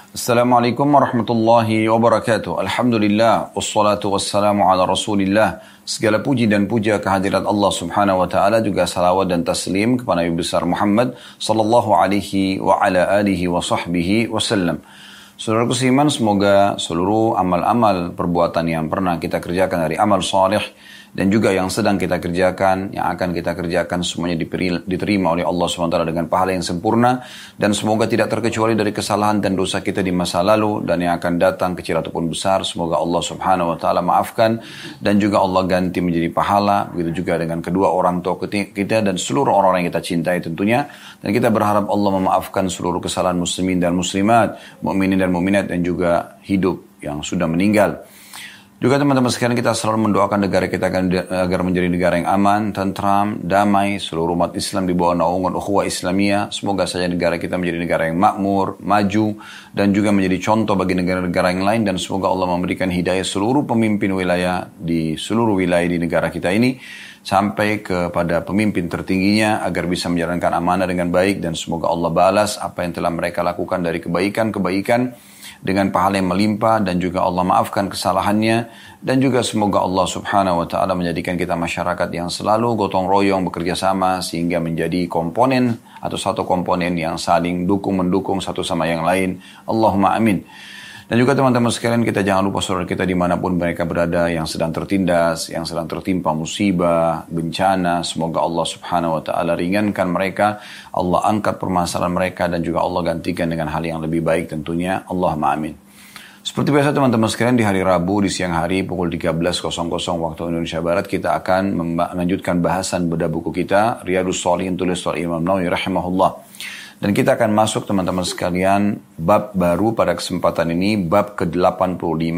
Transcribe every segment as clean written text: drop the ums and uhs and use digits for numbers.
Assalamualaikum warahmatullahi wabarakatuh. Alhamdulillah, wassalatu wassalamu ala rasulillah. Segala puji dan puja kehadirat Allah subhanahu wa ta'ala, juga salawat dan taslim kepada Nabi besar Muhammad sallallahu alaihi wa ala alihi wa sahbihi wasallam. Saudaraku seiman, semoga seluruh amal-amal perbuatan yang pernah kita kerjakan dari amal saleh dan juga yang sedang kita kerjakan, yang akan kita kerjakan, semuanya diterima oleh Allah SWT dengan pahala yang sempurna, dan semoga tidak terkecuali dari kesalahan dan dosa kita di masa lalu dan yang akan datang, kecil ataupun besar. Semoga Allah Subhanahu wa taala maafkan dan juga Allah ganti menjadi pahala. Begitu juga dengan kedua orang tua kita dan seluruh orang-orang yang kita cintai tentunya. Dan kita berharap Allah memaafkan seluruh kesalahan muslimin dan muslimat, mukminin dan mukminat, dan juga hidup yang sudah meninggal. Juga teman-teman sekalian, kita selalu mendoakan negara kita agar menjadi negara yang aman, tentram, damai, seluruh umat Islam di bawah naungan ukhuwah Islamiyah. Semoga saja negara kita menjadi negara yang makmur, maju, dan juga menjadi contoh bagi negara-negara yang lain. Dan semoga Allah memberikan hidayah seluruh pemimpin wilayah di seluruh wilayah di negara kita ini, sampai kepada pemimpin tertingginya, agar bisa menjalankan amanah dengan baik. Dan semoga Allah balas apa yang telah mereka lakukan dari kebaikan-kebaikan dengan pahala yang melimpah, dan juga Allah maafkan kesalahannya. Dan juga semoga Allah subhanahu wa ta'ala menjadikan kita masyarakat yang selalu gotong royong, bekerja sama, sehingga menjadi komponen atau satu komponen yang saling mendukung satu sama yang lain. Allahumma amin. Dan juga teman-teman sekalian, kita jangan lupa saudara kita dimanapun mereka berada, yang sedang tertindas, yang sedang tertimpa musibah, bencana. Semoga Allah subhanahu wa ta'ala ringankan mereka, Allah angkat permasalahan mereka, dan juga Allah gantikan dengan hal yang lebih baik tentunya. Allahumma amin. Seperti biasa teman-teman sekalian, di hari Rabu di siang hari pukul 13.00 waktu Indonesia Barat, kita akan melanjutkan bahasan bedah buku kita Riyadhus Shalihin tulis oleh Imam Nawawi rahimahullah. Dan kita akan masuk teman-teman sekalian bab baru pada kesempatan ini, bab ke-85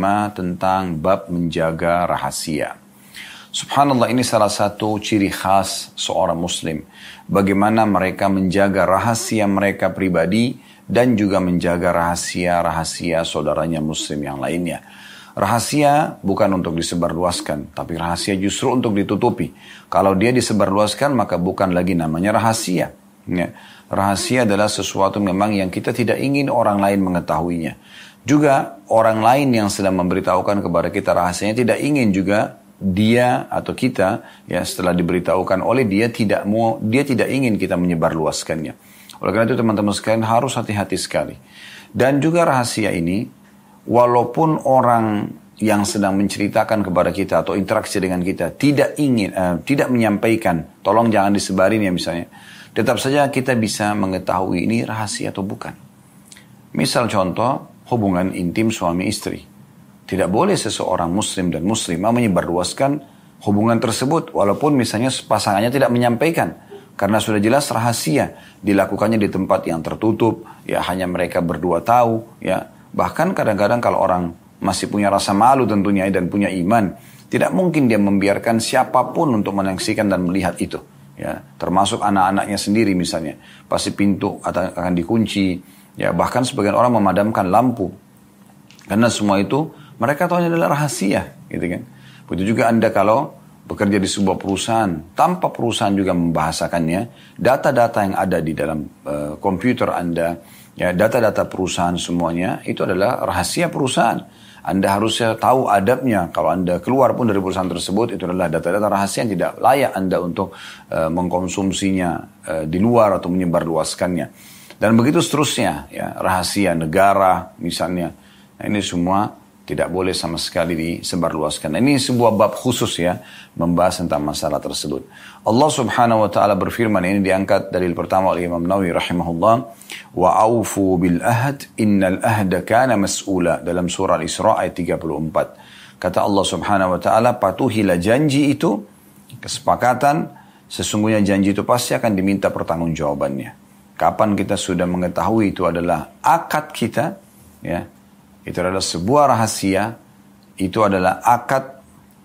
tentang bab menjaga rahasia. Subhanallah, ini salah satu ciri khas seorang muslim. Bagaimana mereka menjaga rahasia mereka pribadi dan juga menjaga rahasia-rahasia saudaranya muslim yang lainnya. Rahasia bukan untuk disebarluaskan, tapi rahasia justru untuk ditutupi. Kalau dia disebarluaskan, maka bukan lagi namanya rahasia. Ya. Rahasia adalah sesuatu memang yang kita tidak ingin orang lain mengetahuinya. Juga orang lain yang sedang memberitahukan kepada kita rahasianya tidak ingin juga dia atau kita, ya, setelah diberitahukan oleh dia tidak ingin kita menyebarluaskannya. Oleh karena itu teman-teman sekalian harus hati-hati sekali. Dan juga rahasia ini, walaupun orang yang sedang menceritakan kepada kita atau interaksi dengan kita tidak menyampaikan, tolong jangan disebarin ya misalnya, tetap saja kita bisa mengetahui ini rahasia atau bukan. Misal contoh, hubungan intim suami istri. Tidak boleh seseorang muslim dan muslimah menyebarluaskan hubungan tersebut, walaupun misalnya pasangannya tidak menyampaikan. Karena sudah jelas rahasia, dilakukannya di tempat yang tertutup, ya hanya mereka berdua tahu. Ya. Bahkan kadang-kadang kalau orang masih punya rasa malu tentunya dan punya iman, tidak mungkin dia membiarkan siapapun untuk menyaksikan dan melihat itu. Ya, termasuk anak-anaknya sendiri misalnya, pasti pintu akan dikunci, ya bahkan sebagian orang memadamkan lampu, karena semua itu mereka tahu adalah rahasia, gitu kan. Begitu juga Anda kalau bekerja di sebuah perusahaan, tanpa perusahaan juga membahasakannya, data-data yang ada di dalam komputer Anda, ya data-data perusahaan semuanya itu adalah rahasia perusahaan. Anda harusnya tahu adabnya. Kalau Anda keluar pun dari perusahaan tersebut, itu adalah data-data rahasia yang tidak layak Anda untuk mengkonsumsinya di luar atau menyebarluaskannya. Dan begitu seterusnya, ya, rahasia negara misalnya. Nah, ini semua tidak boleh sama sekali disebarluaskan. Nah, ini sebuah bab khusus ya, membahas tentang masalah tersebut. Allah subhanahu wa ta'ala berfirman, ini diangkat dalil pertama oleh Imam Nawawi rahimahullah, wa aufu bil ahd innal ahda kana mas'ula, dalam surah Al-Isra ayat 34. Kata Allah subhanahu wa ta'ala, patuhilah janji itu, kesepakatan, sesungguhnya janji itu pasti akan diminta pertanggungjawabannya. Kapan kita sudah mengetahui itu adalah akad kita, ya, itu adalah sebuah rahasia, itu adalah akad,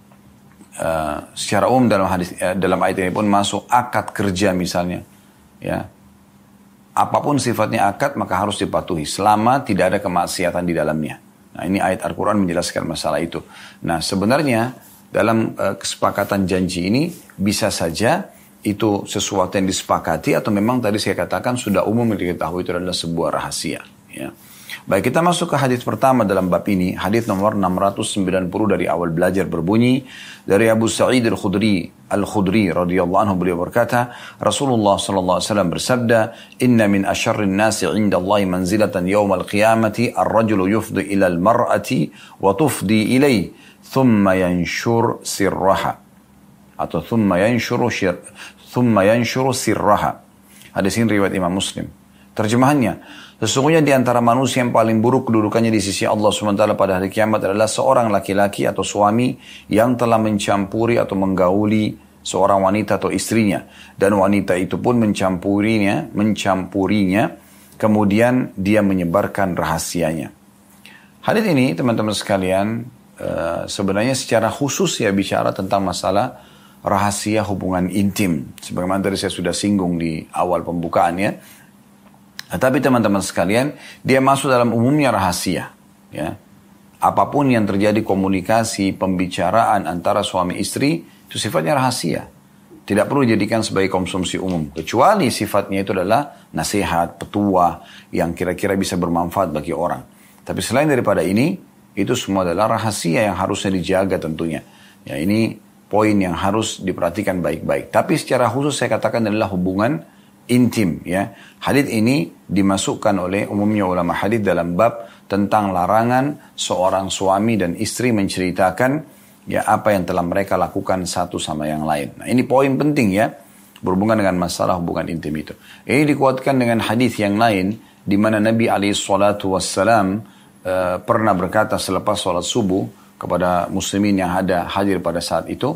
secara umum dalam hadis, dalam ayat ini pun masuk akad kerja misalnya, ya. Apapun sifatnya akad maka harus dipatuhi selama tidak ada kemaksiatan di dalamnya. Nah, ini ayat Al-Quran menjelaskan masalah itu. Nah, sebenarnya dalam kesepakatan janji ini bisa saja itu sesuatu yang disepakati atau memang tadi saya katakan sudah umum diketahui itu adalah sebuah rahasia, ya. Baik, kita masuk ke hadis pertama dalam bab ini. Hadis nomor 690 dari awal belajar berbunyi dari Abu Sa'id Al-Khudri radhiyallahu anhu, beliau berkata, Rasulullah sallallahu alaihi wasallam bersabda, "Inna min asyarrin nasi 'inda Allah manzilatan yawmal qiyamati ar-rajulu yufdi ila al-mar'ati wa tufdi ilayhi, thumma yanshur sirraha." Atau thumma yanshuru sirraha. Hadis ini riwayat Imam Muslim. Terjemahannya, sesungguhnya di antara manusia yang paling buruk kedudukannya di sisi Allah SWT pada hari kiamat adalah seorang laki-laki atau suami yang telah mencampuri atau menggauli seorang wanita atau istrinya. Dan wanita itu pun mencampurinya, kemudian dia menyebarkan rahasianya. Hadis ini teman-teman sekalian, sebenarnya secara khusus ya bicara tentang masalah rahasia hubungan intim. Sebagaimana tadi saya sudah singgung di awal pembukaannya. Tapi teman-teman sekalian, dia masuk dalam umumnya rahasia. Ya. Apapun yang terjadi komunikasi, pembicaraan antara suami istri, itu sifatnya rahasia. Tidak perlu dijadikan sebagai konsumsi umum. Kecuali sifatnya itu adalah nasihat, petua, yang kira-kira bisa bermanfaat bagi orang. Tapi selain daripada ini, itu semua adalah rahasia yang harusnya dijaga tentunya. Ya, ini poin yang harus diperhatikan baik-baik. Tapi secara khusus saya katakan adalah hubungan intim, ya. Hadis ini dimasukkan oleh umumnya ulama hadis dalam bab tentang larangan seorang suami dan istri menceritakan ya apa yang telah mereka lakukan satu sama yang lain. Nah, ini poin penting ya, berhubungan dengan masalah hubungan intim itu. Ini dikuatkan dengan hadis yang lain di mana Nabi SAW pernah berkata selepas sholat subuh kepada muslimin yang hadir pada saat itu,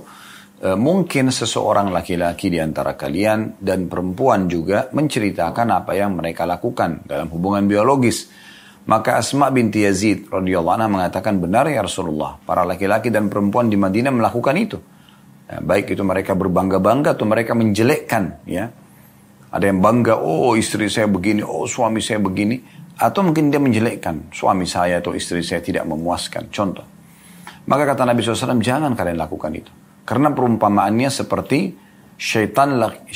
mungkin seseorang laki-laki di antara kalian dan perempuan juga menceritakan apa yang mereka lakukan dalam hubungan biologis. Maka Asma binti Yazid radhiyallahu anha mengatakan, benar ya Rasulullah, para laki-laki dan perempuan di Madinah melakukan itu. Ya, baik itu mereka berbangga-bangga atau mereka menjelekkan. Ya. Ada yang bangga, oh istri saya begini, oh suami saya begini. Atau mungkin dia menjelekkan, suami saya atau istri saya tidak memuaskan. Contoh. Maka kata Nabi SAW, jangan kalian lakukan itu. Karena perumpamaannya seperti syaitan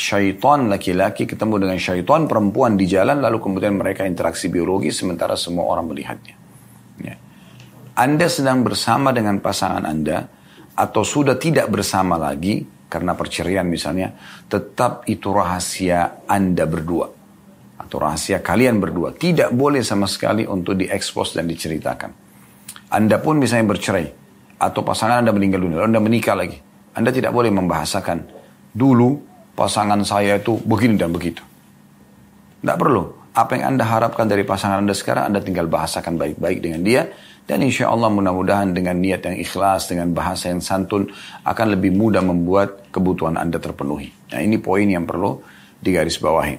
laki-laki ketemu dengan syaitan perempuan di jalan, lalu kemudian mereka interaksi biologi sementara semua orang melihatnya. Ya. Anda sedang bersama dengan pasangan Anda atau sudah tidak bersama lagi karena perceraian misalnya, tetap itu rahasia Anda berdua atau rahasia kalian berdua. Tidak boleh sama sekali untuk diekspos dan diceritakan. Anda pun misalnya bercerai atau pasangan Anda meninggal dunia, lalu Anda menikah lagi. Anda tidak boleh membahasakan, dulu pasangan saya itu begini dan begitu. Tidak perlu. Apa yang Anda harapkan dari pasangan Anda sekarang, Anda tinggal bahasakan baik-baik dengan dia. Dan insya Allah mudah-mudahan dengan niat yang ikhlas, dengan bahasa yang santun, akan lebih mudah membuat kebutuhan Anda terpenuhi. Nah, ini poin yang perlu digarisbawahi.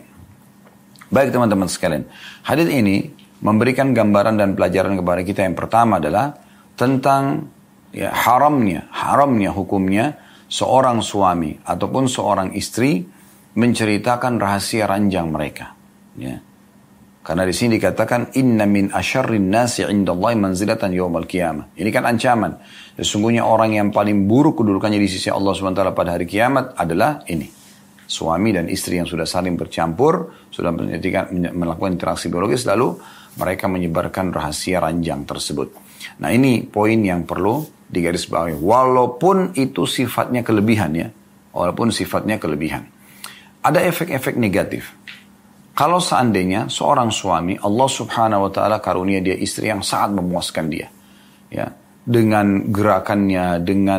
Baik teman-teman sekalian. Hadis ini memberikan gambaran dan pelajaran kepada kita. Yang pertama adalah tentang ya, haramnya hukumnya seorang suami ataupun seorang istri menceritakan rahasia ranjang mereka. Ya. Karena di sini dikatakan inna min asyarrin nasi 'indallahi manzilatan yaumal qiyamah. Ini kan ancaman. Sesungguhnya orang yang paling buruk kedudukannya di sisi Allah SWT pada hari kiamat adalah ini. Suami dan istri yang sudah saling bercampur, sudah melakukan interaksi biologis, lalu mereka menyebarkan rahasia ranjang tersebut. Nah, ini poin yang perlu digarisbawahi. Walaupun itu sifatnya kelebihan ya. Walaupun sifatnya kelebihan. Ada efek-efek negatif. Kalau seandainya seorang suami, Allah subhanahu wa ta'ala karunia dia istri yang sangat memuaskan dia. Ya. Dengan gerakannya, dengan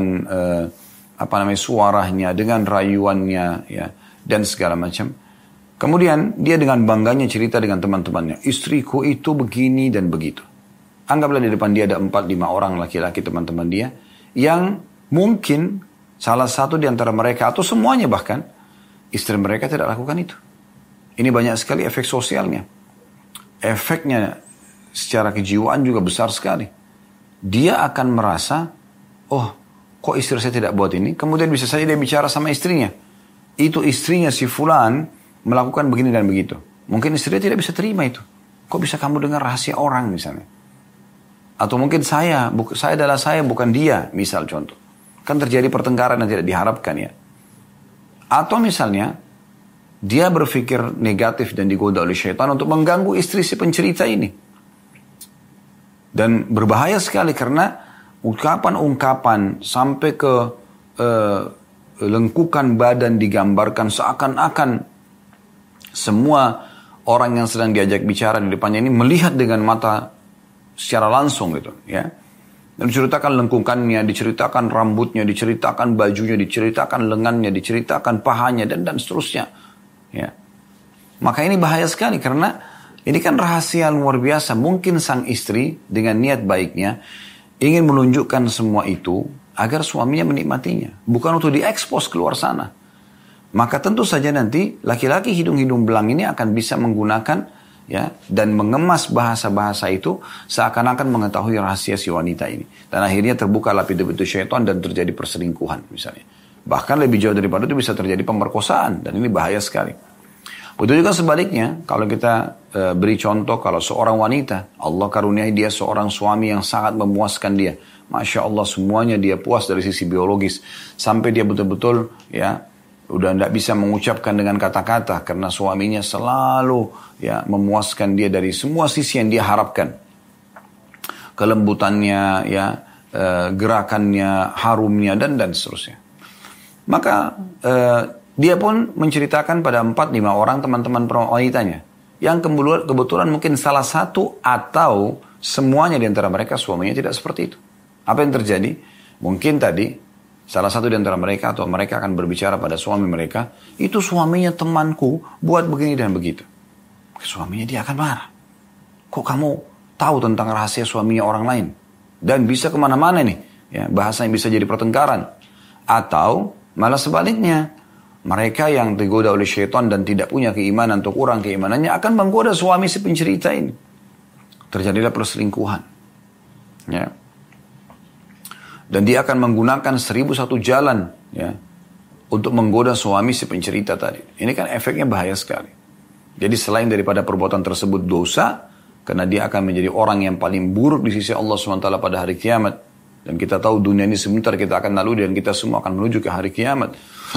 suaranya, dengan rayuannya, ya, dan segala macam. Kemudian dia dengan bangganya cerita dengan teman-temannya, istriku itu begini dan begitu. Anggaplah di depan dia ada 4-5 orang laki-laki teman-teman dia, yang mungkin salah satu di antara mereka, atau semuanya bahkan, istri mereka tidak lakukan itu. Ini banyak sekali efek sosialnya. Efeknya secara kejiwaan juga besar sekali. Dia akan merasa, oh kok istri saya tidak buat ini? Kemudian bisa saja dia bicara sama istrinya. Itu istrinya si fulan melakukan begini dan begitu. Mungkin istrinya tidak bisa terima itu. Kok bisa kamu dengar rahasia orang misalnya? Atau mungkin saya adalah saya bukan dia, misal contoh. Kan terjadi pertengkaran yang tidak diharapkan ya. Atau misalnya, dia berpikir negatif dan digoda oleh syaitan untuk mengganggu istri si pencerita ini. Dan berbahaya sekali karena ungkapan-ungkapan sampai ke lengkukan badan digambarkan seakan-akan semua orang yang sedang diajak bicara di depannya ini melihat dengan mata secara langsung gitu ya. Dan diceritakan lengkungannya, diceritakan rambutnya, diceritakan bajunya, diceritakan lengannya, diceritakan pahanya dan seterusnya. Ya. Maka ini bahaya sekali karena ini kan rahasia luar biasa. Mungkin sang istri dengan niat baiknya ingin menunjukkan semua itu agar suaminya menikmatinya. Bukan untuk diekspos keluar sana. Maka tentu saja nanti laki-laki hidung-hidung belang ini akan bisa menggunakan ya dan mengemas bahasa-bahasa itu seakan-akan mengetahui rahasia si wanita ini. Dan akhirnya terbukalah pintu-pintu syaitan dan terjadi perselingkuhan misalnya. Bahkan lebih jauh daripada itu bisa terjadi pemerkosaan dan ini bahaya sekali. Betul juga sebaliknya, kalau kita beri contoh, kalau seorang wanita, Allah karuniai dia seorang suami yang sangat memuaskan dia. Masya Allah semuanya dia puas dari sisi biologis. Sampai dia betul-betul ya udah tidak bisa mengucapkan dengan kata-kata. Karena suaminya selalu ya memuaskan dia dari semua sisi yang dia harapkan. Kelembutannya, ya gerakannya, harumnya, dan seterusnya. Maka dia pun menceritakan pada 4-5 orang teman-teman wanitanya. Yang kebetulan mungkin salah satu atau semuanya di antara mereka suaminya tidak seperti itu. Apa yang terjadi? Mungkin tadi salah satu di antara mereka atau mereka akan berbicara pada suami mereka. Itu suaminya temanku buat begini dan begitu. Suaminya dia akan marah. Kok kamu tahu tentang rahasia suaminya orang lain? Dan bisa kemana-mana nih. Ya, bahasanya bisa jadi pertengkaran. Atau malah sebaliknya. Mereka yang tergoda oleh syaitan dan tidak punya keimanan atau kurang keimanannya akan menggoda suami si pencerita ini. Terjadilah perselingkuhan. Ya. Dan dia akan menggunakan 1001 jalan ya, untuk menggoda suami si pencerita tadi. Ini kan efeknya bahaya sekali. Jadi selain daripada perbuatan tersebut dosa, karena dia akan menjadi orang yang paling buruk di sisi Allah SWT pada hari kiamat. Dan kita tahu dunia ini sebentar kita akan lalui dan kita semua akan menuju ke hari kiamat.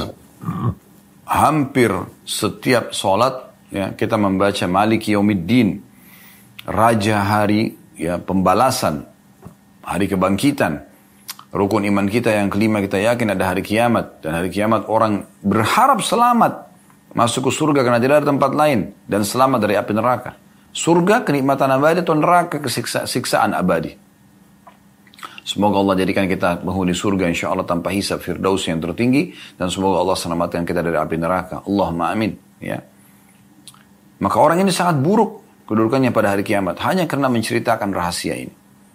Hampir setiap sholat ya, kita membaca Maliki Yaumiddin, Raja hari ya, pembalasan, hari kebangkitan. Rukun iman kita yang kelima kita yakin ada hari kiamat. Dan hari kiamat orang berharap selamat masuk ke surga karena tidak ada tempat lain. Dan selamat dari api neraka. Surga kenikmatan abadi atau neraka siksaan abadi. Semoga Allah jadikan kita penghuni surga insya Allah tanpa hisab firdaus yang tertinggi. Dan semoga Allah selamatkan kita dari api neraka. Allahumma amin. Ya. Maka orang ini sangat buruk kedudukannya pada hari kiamat. Hanya karena menceritakan rahasia ini.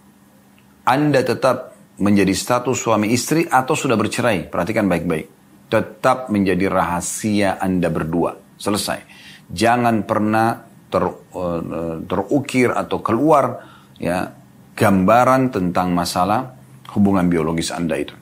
Anda tetap menjadi status suami istri atau sudah bercerai. Perhatikan baik-baik. Tetap menjadi rahasia Anda berdua. Selesai. Jangan pernah terukir atau keluar ya gambaran tentang masalah hubungan biologis Anda itu.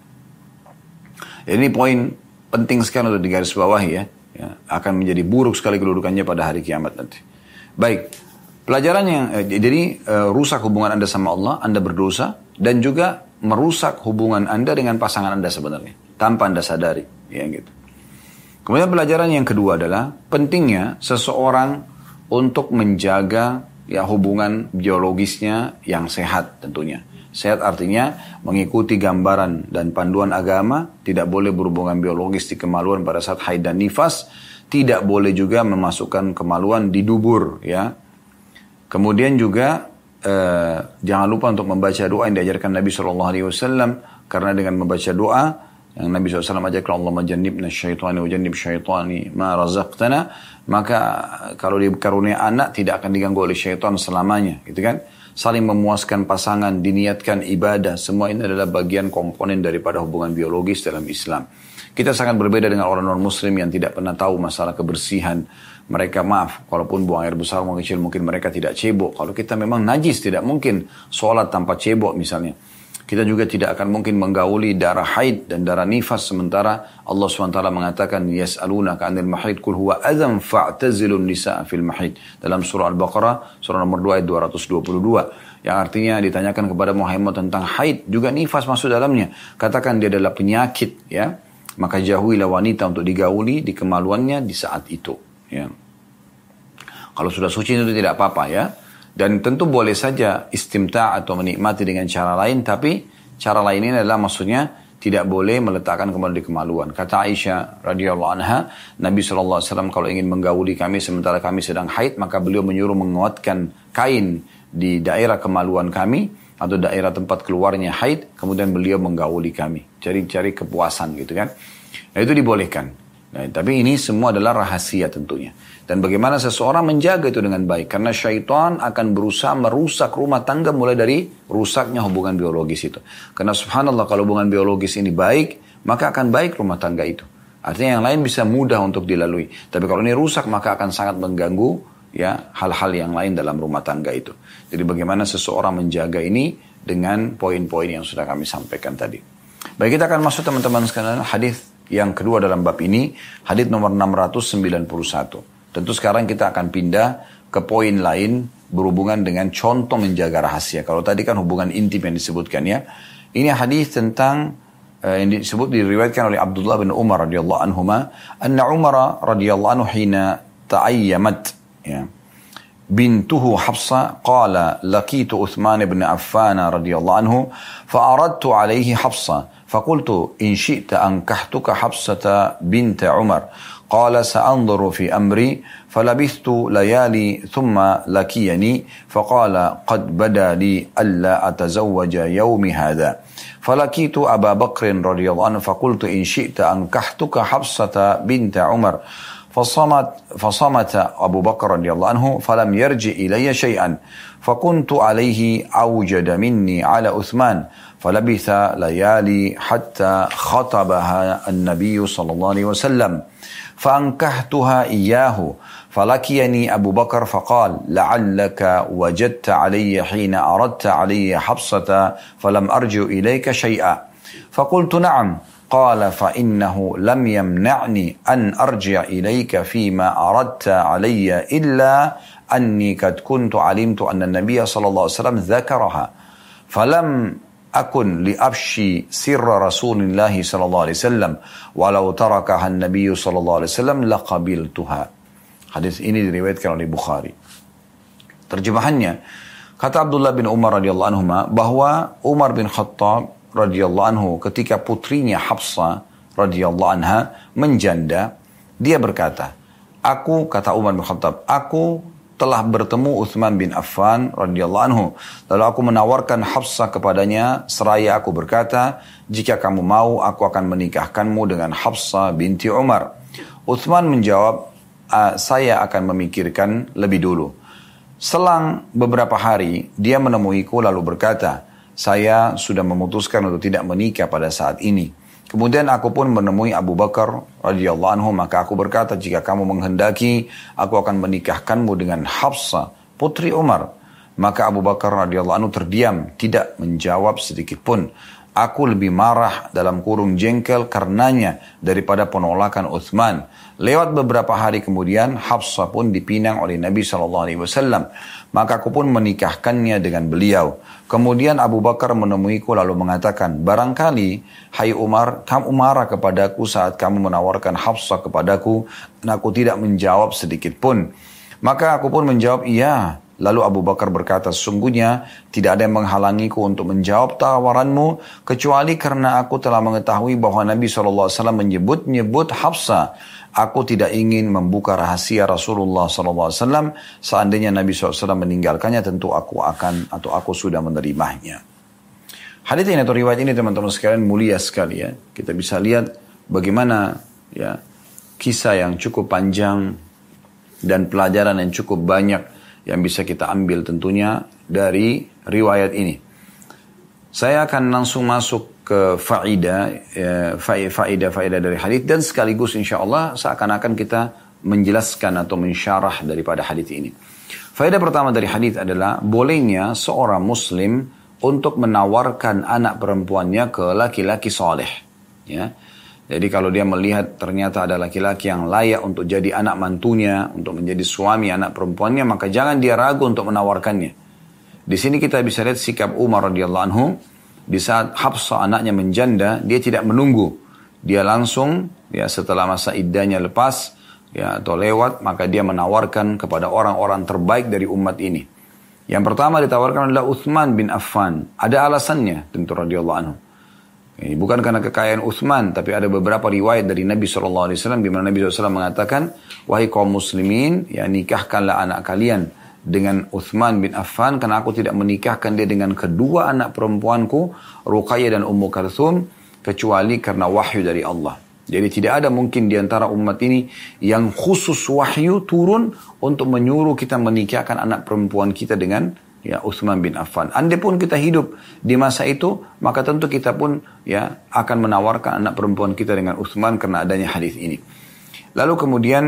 Ini poin penting sekali untuk digarisbawahi ya. Akan menjadi buruk sekali kedudukannya pada hari kiamat nanti. Baik, pelajaran yang jadi rusak hubungan Anda sama Allah, Anda berdosa dan juga merusak hubungan Anda dengan pasangan Anda sebenarnya tanpa Anda sadari, ya gitu. Kemudian pelajaran yang kedua adalah pentingnya seseorang untuk menjaga ya hubungan biologisnya yang sehat tentunya. Sehat artinya mengikuti gambaran dan panduan agama, tidak boleh berhubungan biologis di kemaluan pada saat haid dan nifas, tidak boleh juga memasukkan kemaluan di dubur ya. Kemudian juga jangan lupa untuk membaca doa yang diajarkan Nabi SAW, karena dengan membaca doa yang Nabi SAW ajarkan, Allahumma jannibna syaitani wa jannib syaitani ma razaqtana, maka kalau dikarunia anak tidak akan diganggu oleh syaitan selamanya, gitu kan? Saling memuaskan pasangan, diniatkan ibadah, semua ini adalah bagian komponen daripada hubungan biologis dalam Islam. Kita sangat berbeda dengan orang non-muslim yang tidak pernah tahu masalah kebersihan. Mereka maaf, walaupun buang air besar maupun kecil mungkin mereka tidak cebok. Kalau kita memang najis, tidak mungkin sholat tanpa cebok misalnya. Kita juga tidak akan mungkin menggauli darah haid dan darah nifas, sementara Allah SWT mengatakan yas'alunaka 'anil mahid qul huwa adzan fa'tazilun nisaa fil mahid, dalam surah Al-Baqarah surah nomor 2 ayat 222, yang artinya ditanyakan kepada Muhammad tentang haid, juga nifas masuk dalamnya. Katakan dia adalah penyakit ya, maka jauhilah wanita untuk digauli di kemaluannya di saat itu ya. Kalau sudah suci itu tidak apa-apa ya. Dan tentu boleh saja istimta' atau menikmati dengan cara lain, tapi cara lain ini adalah maksudnya tidak boleh meletakkan kembali di kemaluan. Kata Aisyah radhiyallahu anha, Nabi SAW kalau ingin menggauli kami sementara kami sedang haid, maka beliau menyuruh menguatkan kain di daerah kemaluan kami atau daerah tempat keluarnya haid, kemudian beliau menggauli kami, cari kepuasan gitu kan. Nah itu dibolehkan. Nah, tapi ini semua adalah rahasia tentunya. Dan bagaimana seseorang menjaga itu dengan baik. Karena syaitan akan berusaha merusak rumah tangga mulai dari rusaknya hubungan biologis itu. Karena subhanallah kalau hubungan biologis ini baik, maka akan baik rumah tangga itu. Artinya yang lain bisa mudah untuk dilalui. Tapi kalau ini rusak maka akan sangat mengganggu ya hal-hal yang lain dalam rumah tangga itu. Jadi bagaimana seseorang menjaga ini dengan poin-poin yang sudah kami sampaikan tadi. Baik, kita akan masuk teman-teman sekalian hadis yang kedua dalam bab ini, hadis nomor 691. Tentu sekarang kita akan pindah ke poin lain berhubungan dengan contoh menjaga rahasia. Kalau tadi kan hubungan intim yang disebutkan ya. Ini hadis tentang yang disebut diriwayatkan oleh Abdullah bin Umar radhiyallahu anhuma, anna Umar radhiyallahu anhu hina ta'ayyamat ya. بنته حفصة قال لقيت عثمان بن عفان رضي الله عنه فأردت عليه حفصة فقلت إن شئت أنكحتك حفصة بنت عمر قال سأنظر في أمري فلبثت ليالي ثم لقيني فقال قد بدا لي ألا أتزوج يوم هذا فلقيت أبا بكر رضي الله عنه فقلت إن شئت أنكحتك حفصة بنت عمر فصمت أبو بكر رضي الله عنه فلم يرجع إلي شيئا فكنت عليه أوجد مني على عثمان فلبث ليالي حتى خطبها النبي صلى الله عليه وسلم فأنكحتها إياه فلقيني أبو بكر فقال لعلك وجدت علي حين أردت علي حفصة فلم أرجع إليك شيئا فقلت نعم قال فإنه لم يمنعني أن أرجع إليك فيما أردت علي إلا أني قد كنت علمت أن النبي صلى الله عليه وسلم ذكرها فلم أكن لأبشي سر رسول الله صلى الله عليه وسلم ولو تركها النبي صلى الله عليه وسلم لقبلتها. Hadis ini diriwayatkan oleh Bukhari. Terjemahannya, kata Abdullah bin Umar radhiyallahu anhu bahwa Umar bin Khattab radhiyallahu anhu ketika putrinya Hafsah radhiyallahu anha menjanda, dia berkata, kata Umar bin Khattab, aku telah bertemu Uthman bin Affan radhiyallahu anhu. Lalu aku menawarkan Hafsah kepadanya seraya aku berkata, jika kamu mau aku akan menikahkanmu dengan Hafsah binti Umar. Uthman menjawab, saya akan memikirkan lebih dulu. Selang beberapa hari dia menemuiku lalu berkata, saya sudah memutuskan untuk tidak menikah pada saat ini. Kemudian aku pun menemui Abu Bakar radhiyallahu anhu, maka aku berkata, jika kamu menghendaki, aku akan menikahkanmu dengan Hafsah, putri Umar. Maka Abu Bakar radhiyallahu anhu terdiam, tidak menjawab sedikit pun. Aku lebih marah dalam kurung jengkel karenanya daripada penolakan Uthman. Lewat beberapa hari kemudian, Hafsah pun dipinang oleh Nabi SAW. Maka aku pun menikahkannya dengan beliau. Kemudian Abu Bakar menemuiku lalu mengatakan, barangkali, hai Umar, kamu marah kepadaku saat kamu menawarkan Hafsah kepadaku, dan aku tidak menjawab sedikit pun. Maka aku pun menjawab, iya. Lalu Abu Bakar berkata, sesungguhnya tidak ada yang menghalangiku untuk menjawab tawaranmu, kecuali karena aku telah mengetahui bahwa Nabi SAW menyebut-nyebut Hafsah. Aku tidak ingin membuka rahasia Rasulullah SAW. Seandainya Nabi SAW meninggalkannya, tentu aku sudah menerimanya. Hadits ini atau riwayat ini teman-teman sekalian mulia sekali ya. Kita bisa lihat bagaimana ya kisah yang cukup panjang dan pelajaran yang cukup banyak yang bisa kita ambil tentunya dari riwayat ini. Saya akan langsung masuk ke faedah dari hadits dan sekaligus insyaallah seakan-akan kita menjelaskan atau mensyarah daripada hadits ini. Faedah pertama dari hadits adalah bolehnya seorang muslim untuk menawarkan anak perempuannya ke laki-laki soleh. Ya. Jadi kalau dia melihat ternyata ada laki-laki yang layak untuk jadi anak mantunya, untuk menjadi suami anak perempuannya, maka jangan dia ragu untuk menawarkannya. Di sini kita bisa lihat sikap Umar radhiyallahu anhu. Di saat Hafsah anaknya menjanda, dia tidak menunggu. Dia langsung, ya setelah masa iddahnya lepas, ya atau lewat, maka dia menawarkan kepada orang-orang terbaik dari umat ini. Yang pertama ditawarkan adalah Uthman bin Affan. Ada alasannya tentu radhiyallahu anhu. Ini bukan karena kekayaan Uthman, tapi ada beberapa riwayat dari Nabi SAW di mana Nabi SAW mengatakan, wahai kaum muslimin, ya nikahkanlah anak kalian dengan Uthman bin Affan, karena aku tidak menikahkan dia dengan kedua anak perempuanku, Ruqayyah dan Ummu Kalthum, kecuali karena wahyu dari Allah. Jadi tidak ada mungkin di antara umat ini yang khusus wahyu turun untuk menyuruh kita menikahkan anak perempuan kita dengan ya Uthman bin Affan. Andai pun kita hidup di masa itu, maka tentu kita pun ya akan menawarkan anak perempuan kita dengan Uthman karena adanya hadis ini. Lalu kemudian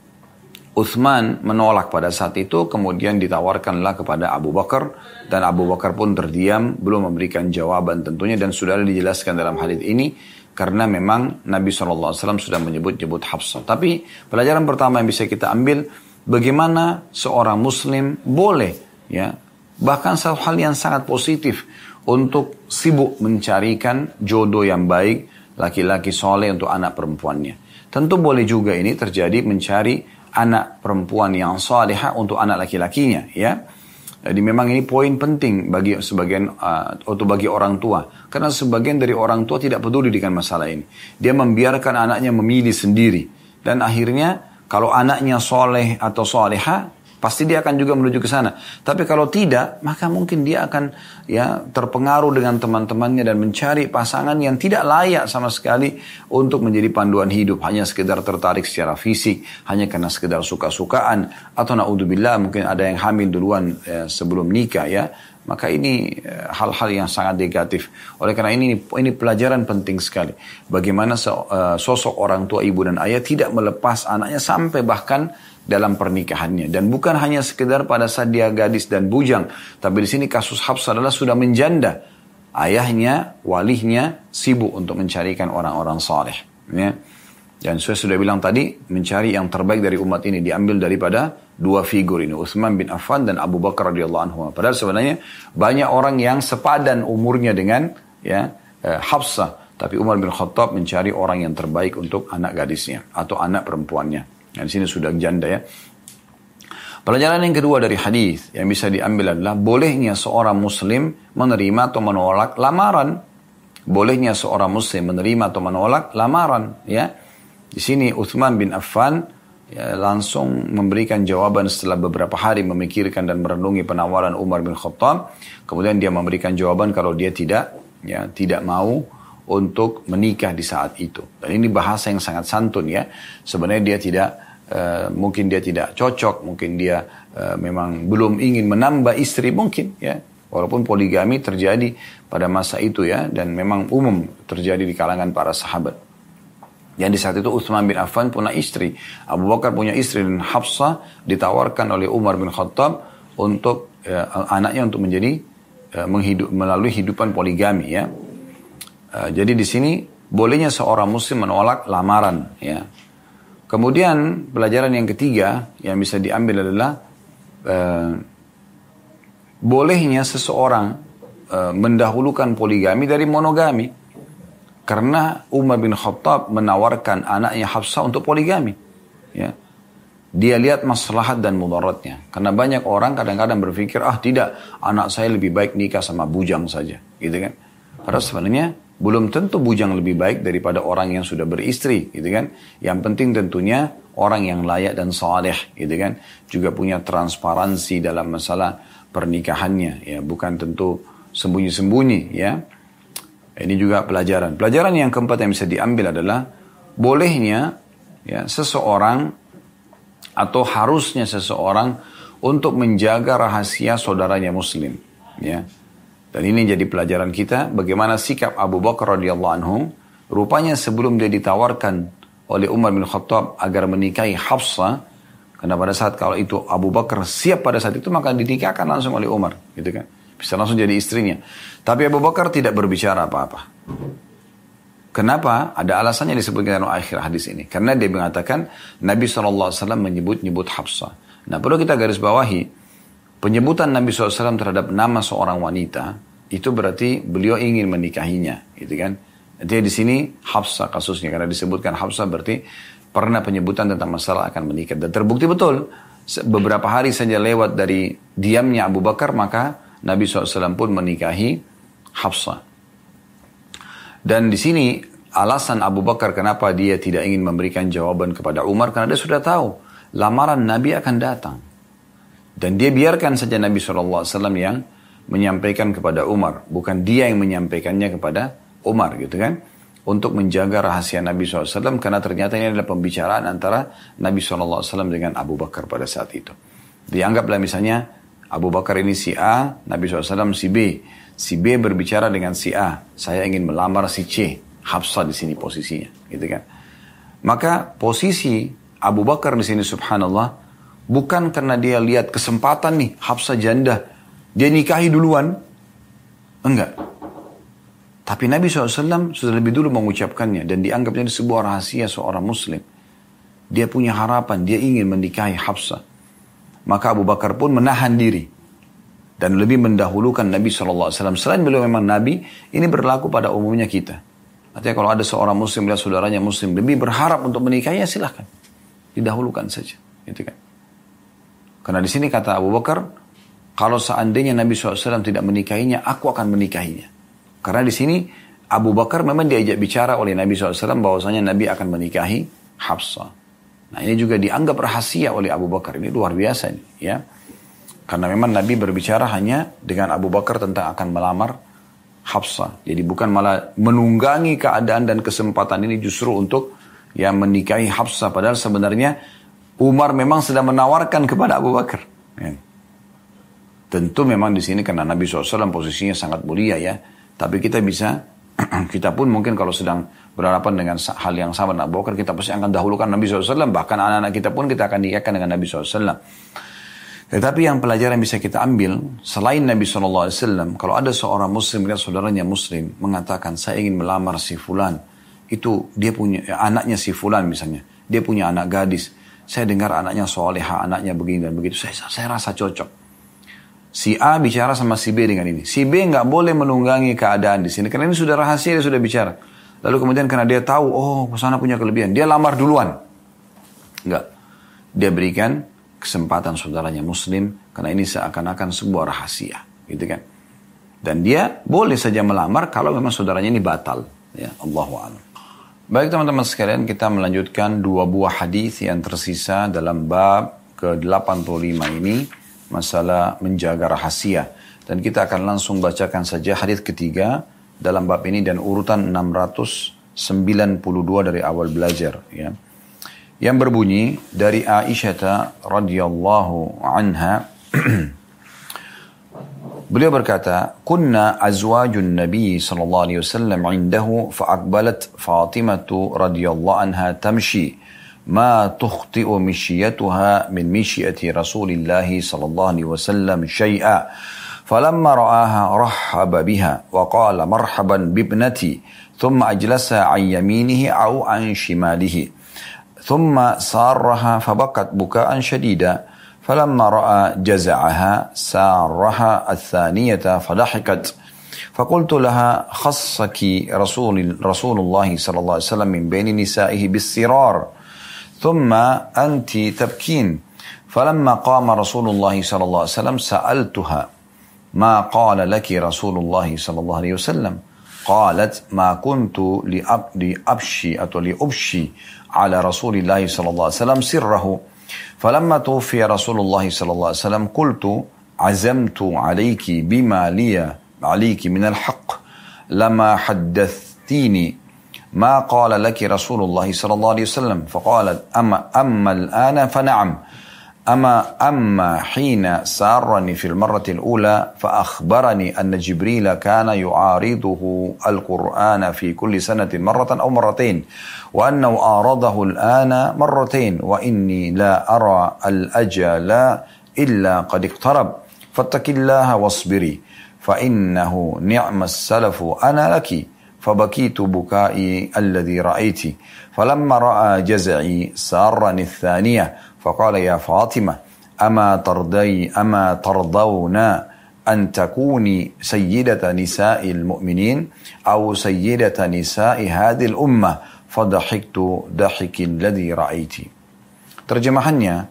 Uthman menolak pada saat itu, kemudian ditawarkanlah kepada Abu Bakar, dan Abu Bakar pun terdiam, belum memberikan jawaban tentunya, dan sudah dijelaskan dalam hadis ini, karena memang Nabi SAW sudah menyebut-nyebut Hafsah. Tapi pelajaran pertama yang bisa kita ambil, bagaimana seorang muslim boleh, ya bahkan satu hal yang sangat positif, untuk sibuk mencarikan jodoh yang baik, laki-laki soleh untuk anak perempuannya. Tentu boleh juga ini terjadi mencari anak perempuan yang salihah untuk anak laki-lakinya, ya. Jadi memang ini poin penting bagi sebagian atau bagi orang tua, karena sebagian dari orang tua tidak peduli dengan masalah ini. Dia membiarkan anaknya memilih sendiri, dan akhirnya kalau anaknya soleh atau salihah, pasti dia akan juga menuju ke sana. Tapi kalau tidak, maka mungkin dia akan ya terpengaruh dengan teman-temannya dan mencari pasangan yang tidak layak sama sekali untuk menjadi panduan hidup. Hanya sekedar tertarik secara fisik, hanya karena sekedar suka-sukaan, atau naudzubillah mungkin ada yang hamil duluan sebelum nikah ya. Maka ini hal-hal yang sangat negatif. Oleh karena ini pelajaran penting sekali. Bagaimana sosok orang tua, ibu dan ayah tidak melepas anaknya sampai bahkan dalam pernikahannya. Dan bukan hanya sekedar pada saat dia gadis dan bujang. Tapi di sini kasus Hafsah adalah sudah menjanda. Ayahnya, walihnya sibuk untuk mencarikan orang-orang saleh. Ya. Dan saya sudah bilang tadi, mencari yang terbaik dari umat ini diambil daripada dua figur ini, Uthman bin Affan dan Abu Bakar radhiyallahu anhu. Padahal sebenarnya banyak orang yang sepadan umurnya dengan ya Hafsah, tapi Umar bin Khattab mencari orang yang terbaik untuk anak gadisnya atau anak perempuannya. Nah, di sini sudah janda ya. Pelajaran yang kedua dari hadis yang bisa diambil adalah bolehnya seorang muslim menerima atau menolak lamaran. Bolehnya seorang muslim menerima atau menolak lamaran ya. Di sini Uthman bin Affan ya, langsung memberikan jawaban setelah beberapa hari memikirkan dan merenungi penawaran Umar bin Khattab. Kemudian dia memberikan jawaban kalau dia tidak mau untuk menikah di saat itu. Dan ini bahasa yang sangat santun ya. Sebenarnya dia tidak mungkin dia tidak cocok, mungkin dia memang belum ingin menambah istri mungkin ya. Walaupun poligami terjadi pada masa itu ya, dan memang umum terjadi di kalangan para sahabat. Yang di saat itu Uthman bin Affan punya istri, Abu Bakar punya istri, dan Hafsah ditawarkan oleh Umar bin Khattab untuk anaknya untuk menjadi melalui hidupan poligami ya. Jadi di sini bolehnya seorang muslim menolak lamaran ya. Kemudian pelajaran yang ketiga yang bisa diambil adalah bolehnya seseorang mendahulukan poligami dari monogami. Karena Umar bin Khattab menawarkan anaknya Hafsah untuk poligami. Ya. Dia lihat maslahat dan mudaratnya. Karena banyak orang kadang-kadang berpikir, tidak, anak saya lebih baik nikah sama bujang saja. Gitu kan. Padahal sebenarnya belum tentu bujang lebih baik daripada orang yang sudah beristri. Gitu kan. Yang penting tentunya orang yang layak dan saleh. Gitu kan. Juga punya transparansi dalam masalah pernikahannya. Ya. Bukan tentu sembunyi-sembunyi. Ya. Ini juga pelajaran. Pelajaran yang keempat yang bisa diambil adalah bolehnya ya, seseorang atau harusnya seseorang untuk menjaga rahasia saudaranya muslim. Ya. Dan ini jadi pelajaran kita bagaimana sikap Abu Bakar radhiyallahu anhu. Rupanya sebelum dia ditawarkan oleh Umar bin Khattab agar menikahi Hafsah, karena pada saat kalau itu Abu Bakar siap pada saat itu, maka dinikahkan langsung oleh Umar. Gitu kan. Bisa langsung jadi istrinya. Tapi Abu Bakar tidak berbicara apa-apa. Kenapa? Ada alasannya disebutkan dalam akhir hadis ini. Karena dia mengatakan Nabi SAW menyebut-nyebut Hafsah. Nah, perlu kita garis bawahi, penyebutan Nabi SAW terhadap nama seorang wanita, itu berarti beliau ingin menikahinya. Gitu kan? Jadi di sini Hafsah kasusnya. Karena disebutkan Hafsah berarti pernah penyebutan tentang masalah akan menikah. Dan terbukti betul. beberapa hari saja lewat dari diamnya Abu Bakar, maka Nabi SAW pun menikahi Hafsah. Dan di sini alasan Abu Bakar kenapa dia tidak ingin memberikan jawaban kepada Umar, karena dia sudah tahu lamaran Nabi akan datang. Dan dia biarkan saja Nabi SAW yang menyampaikan kepada Umar, bukan dia yang menyampaikannya kepada Umar gitu kan, untuk menjaga rahasia Nabi SAW, karena ternyata ini adalah pembicaraan antara Nabi SAW dengan Abu Bakar pada saat itu. Dianggaplah misalnya Abu Bakar ini si A, Nabi SAW si B. Si B berbicara dengan si A, saya ingin melamar si C, Hafsah di sini posisinya, gitu kan. Maka posisi Abu Bakar di sini subhanallah, bukan karena dia lihat kesempatan nih, Hafsah janda, dia nikahi duluan, enggak. Tapi Nabi SAW sudah lebih dulu mengucapkannya dan dianggapnya sebuah rahasia seorang muslim. Dia punya harapan, dia ingin menikahi Hafsah. Maka Abu Bakar pun menahan diri dan lebih mendahulukan Nabi SAW. Selain beliau memang Nabi, ini berlaku pada umumnya kita. Artinya kalau ada seorang muslim dan saudaranya muslim lebih berharap untuk menikahi, ya silahkan. Didahulukan saja. Gitu kan. Karena di sini kata Abu Bakar, kalau seandainya Nabi SAW tidak menikahinya, aku akan menikahinya. Karena di sini Abu Bakar memang diajak bicara oleh Nabi SAW bahwasanya Nabi akan menikahi Hafsah. Nah ini juga dianggap rahasia oleh Abu Bakar. Ini luar biasa ini, ya. Karena memang Nabi berbicara hanya dengan Abu Bakar tentang akan melamar Hafsah. Jadi bukan malah menunggangi keadaan dan kesempatan ini justru untuk yang menikahi Hafsah. Padahal sebenarnya Umar memang sedang menawarkan kepada Abu Bakar. Ya. Tentu memang di sini karena Nabi SAW posisinya sangat mulia ya. Tapi kita bisa, kita pun mungkin kalau sedang berhadapan dengan hal yang sama dengan Abu Bakar, kita pasti akan dahulukan Nabi SAW. Bahkan anak-anak kita pun kita akan nikahkan dengan Nabi SAW. Tetapi yang pelajaran bisa kita ambil, selain Nabi SAW, kalau ada seorang muslim dan saudaranya muslim mengatakan, saya ingin melamar si fulan, itu dia punya, anaknya si fulan misalnya, dia punya anak gadis, saya dengar anaknya soleha, anaknya begini dan begitu, saya rasa cocok. Si A bicara sama si B dengan ini. Si B nggak boleh menunggangi keadaan di sini, karena ini sudah rahasia, dia sudah bicara. Lalu kemudian karena dia tahu, oh pesana punya kelebihan, dia lamar duluan. Enggak. Dia berikan kesempatan saudaranya muslim, karena ini seakan-akan sebuah rahasia, gitu kan. Dan dia boleh saja melamar kalau memang saudaranya ini batal. Ya, Allahu a'lam. Baik teman-teman sekalian, kita melanjutkan 2 buah hadis yang tersisa dalam bab ke-85 ini, masalah menjaga rahasia. Dan kita akan langsung bacakan saja hadis ketiga dalam bab ini dan urutan 692 dari awal belajar, ya. Yang berbunyi dari Aisyah radhiyallahu anha, beliau berkata, "Kunna azwajun Nabi sallallahu alaihi wasallam 'indahu fa aqbalat Fatimah radhiyallahu anha tamshi ما تخطئ مشيتها من مشية رسول الله صلى الله عليه وسلم شيئا فلما رآها رحب بها وقال مرحبا بابنتي ثم أجلسها عن يمينه أو عن شماله ثم سارها فبكت بكاء شديدا فلما رأى جزعها سارها الثانية فضحكت فقلت لها خصك رسول الله صلى الله عليه وسلم من بين نسائه بالسرار ثم أنت تبكين فلما قام رسول الله صلى الله عليه وسلم سألتها ما قال لك رسول الله صلى الله عليه وسلم قالت ما كنت لأبشي على رسول الله صلى الله عليه وسلم سره فلما توفي رسول الله صلى الله عليه وسلم قلت عزمت عليك بما لي عليك من الحق لما حدثتيني ما قال لك رسول الله صلى الله عليه وسلم فقالت أما الآن فنعم أما حين سارني في المرة الأولى فأخبرني أن جبريل كان يعارضه القرآن في كل سنة مرة أو مرتين وأنه أعرضه الآن مرتين وإني لا أرى الأجل إلا قد اقترب فاتق الله واصبري فإنه نعم السلف أنا لك فبكيت بكائي الذي رأيت فلما رأى جزعي سارني الثانية فقال يا فاطمة أما ترضون أن تكوني سيدة نساء المؤمنين أو سيدة نساء هذه الأمة فضحكت ضحك الذي رأيت. Terjemahannya,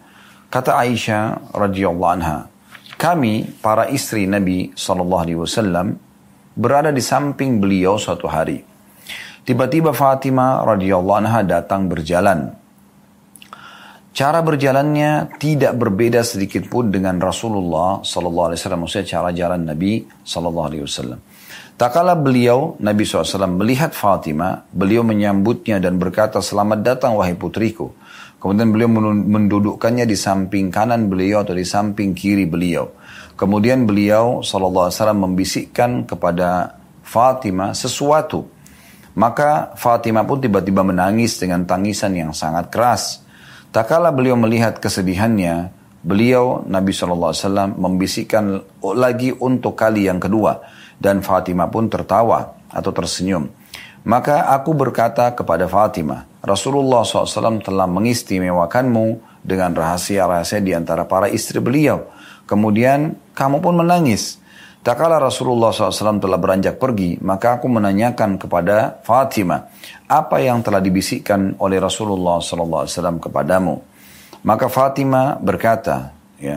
Kata Aisyah radhiyallahu anha, kami para istri Nabi SAW berada di samping beliau suatu hari. Tiba-tiba Fatimah radhiyallahu anha datang berjalan. Cara berjalannya tidak berbeda sedikit pun dengan Rasulullah SAW. Maksudnya cara jalan Nabi SAW. Tak kala beliau, Nabi SAW melihat Fatimah, beliau menyambutnya dan berkata, selamat datang wahai putriku. Kemudian beliau mendudukkannya di samping kanan beliau atau di samping kiri beliau. Kemudian beliau SAW membisikkan kepada Fatimah sesuatu. Maka Fatimah pun tiba-tiba menangis dengan tangisan yang sangat keras. Tak kala beliau melihat kesedihannya, beliau Nabi SAW membisikkan lagi untuk kali yang kedua. Dan Fatimah pun tertawa atau tersenyum. Maka aku berkata kepada Fatimah, Rasulullah SAW telah mengistimewakanmu dengan rahasia-rahasia di antara para istri beliau. Kemudian kamu pun menangis. Tak kala Rasulullah SAW telah beranjak pergi, maka aku menanyakan kepada Fatimah, apa yang telah dibisikkan oleh Rasulullah SAW kepadamu? Maka Fatimah berkata, ya,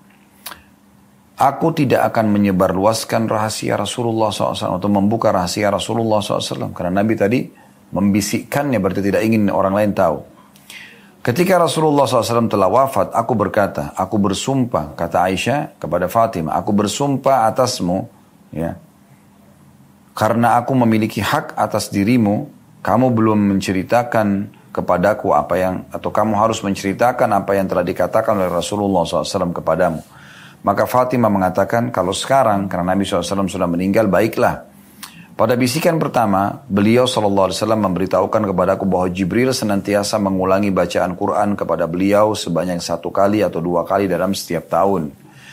aku tidak akan menyebarluaskan rahasia Rasulullah SAW atau membuka rahasia Rasulullah SAW. Karena Nabi tadi membisikkannya, berarti tidak ingin orang lain tahu. Ketika Rasulullah SAW telah wafat, aku berkata, aku bersumpah, kata Aisyah kepada Fatimah, aku bersumpah atasmu, ya, karena aku memiliki hak atas dirimu, kamu belum menceritakan kepadaku apa yang, atau kamu harus menceritakan apa yang telah dikatakan oleh Rasulullah SAW kepadamu. Maka Fatimah mengatakan, kalau sekarang, karena Nabi SAW sudah meninggal, baiklah. Pada bisikan pertama, beliau SAW memberitahukan kepadaku bahwa Jibril senantiasa mengulangi bacaan Quran kepada beliau sebanyak 1 kali atau 2 kali dalam setiap tahun.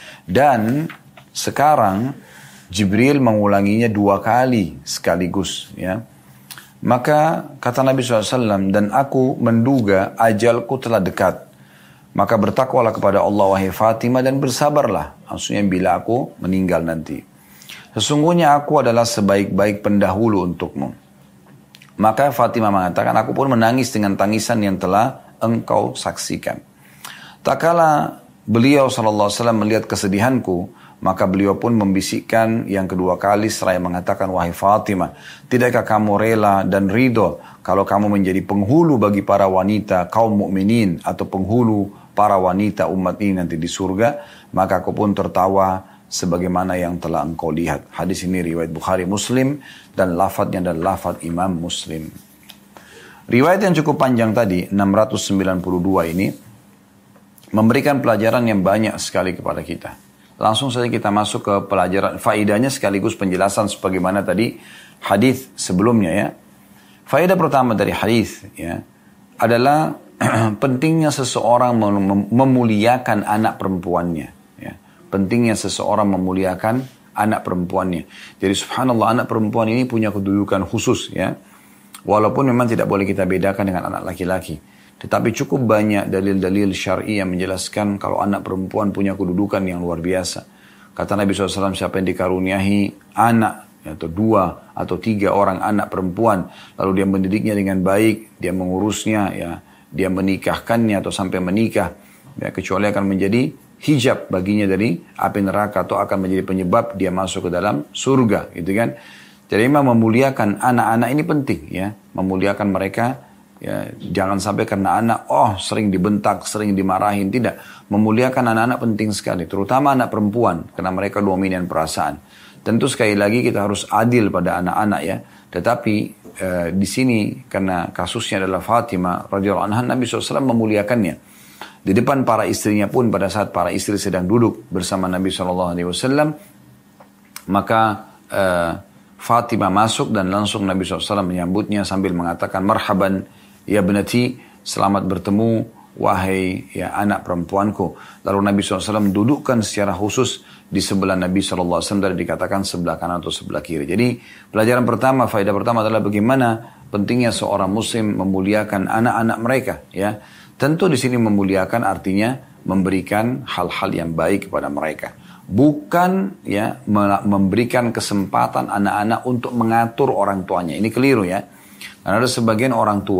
Dan sekarang, Jibril mengulanginya 2 kali sekaligus. Ya. Maka kata Nabi SAW, dan aku menduga ajalku telah dekat. Maka bertakwalah kepada Allah wahai Fatimah dan bersabarlah. Maksudnya bila aku meninggal nanti. Sesungguhnya aku adalah sebaik-baik pendahulu untukmu. Maka Fatimah mengatakan, aku pun menangis dengan tangisan yang telah engkau saksikan. Tak kala beliau SAW melihat kesedihanku, maka beliau pun membisikkan yang kedua kali seraya mengatakan, wahai Fatimah, tidakkah kamu rela dan ridho kalau kamu menjadi penghulu bagi para wanita kaum mukminin atau penghulu para wanita umat ini nanti di surga? Maka aku pun tertawa sebagaimana yang telah engkau lihat. Hadis ini riwayat Bukhari Muslim dan lafadznya adalah lafadz Imam Muslim. Riwayat yang cukup panjang tadi 692 ini memberikan pelajaran yang banyak sekali kepada kita. Langsung saja kita masuk ke pelajaran faidahnya sekaligus penjelasan sebagaimana tadi hadis sebelumnya ya. Faedah pertama dari hadis ya adalah pentingnya seseorang memuliakan anak perempuannya ya. Pentingnya seseorang memuliakan anak perempuannya. Jadi subhanallah, anak perempuan ini punya kedudukan khusus ya. Walaupun memang tidak boleh kita bedakan dengan anak laki-laki. Tetapi cukup banyak dalil-dalil syar'i yang menjelaskan kalau anak perempuan punya kedudukan yang luar biasa. Kata Nabi SAW, siapa yang dikaruniahi anak atau 2 atau 3 orang anak perempuan, lalu dia mendidiknya dengan baik, dia mengurusnya, ya, dia menikahkannya atau sampai menikah, ya, kecuali akan menjadi hijab baginya dari api neraka atau akan menjadi penyebab dia masuk ke dalam surga, gitu kan? Jadi memang memuliakan anak-anak ini penting, ya, memuliakan mereka. Ya, jangan sampai karena anak, sering dibentak, sering dimarahin. Tidak, memuliakan anak-anak penting sekali, terutama anak perempuan, karena mereka dominan perasaan. Tentu sekali lagi kita harus adil pada anak-anak ya. Tetapi di sini karena kasusnya adalah Fatimah radhiyallahu anha, Nabi SAW memuliakannya. Di depan para istrinya pun pada saat para istri sedang duduk bersama Nabi SAW, maka Fatimah masuk dan langsung Nabi SAW menyambutnya sambil mengatakan, marhaban ya benati, selamat bertemu wahai ya anak perempuanku. Lalu Nabi SAW dudukkan secara khusus di sebelah Nabi SAW dan dikatakan sebelah kanan atau sebelah kiri. Jadi pelajaran pertama, faedah pertama adalah bagaimana pentingnya seorang muslim memuliakan anak-anak mereka. Ya, tentu di sini memuliakan artinya memberikan hal-hal yang baik kepada mereka. Bukan ya memberikan kesempatan anak-anak untuk mengatur orang tuanya. Ini keliru ya. Karena ada sebagian orang tua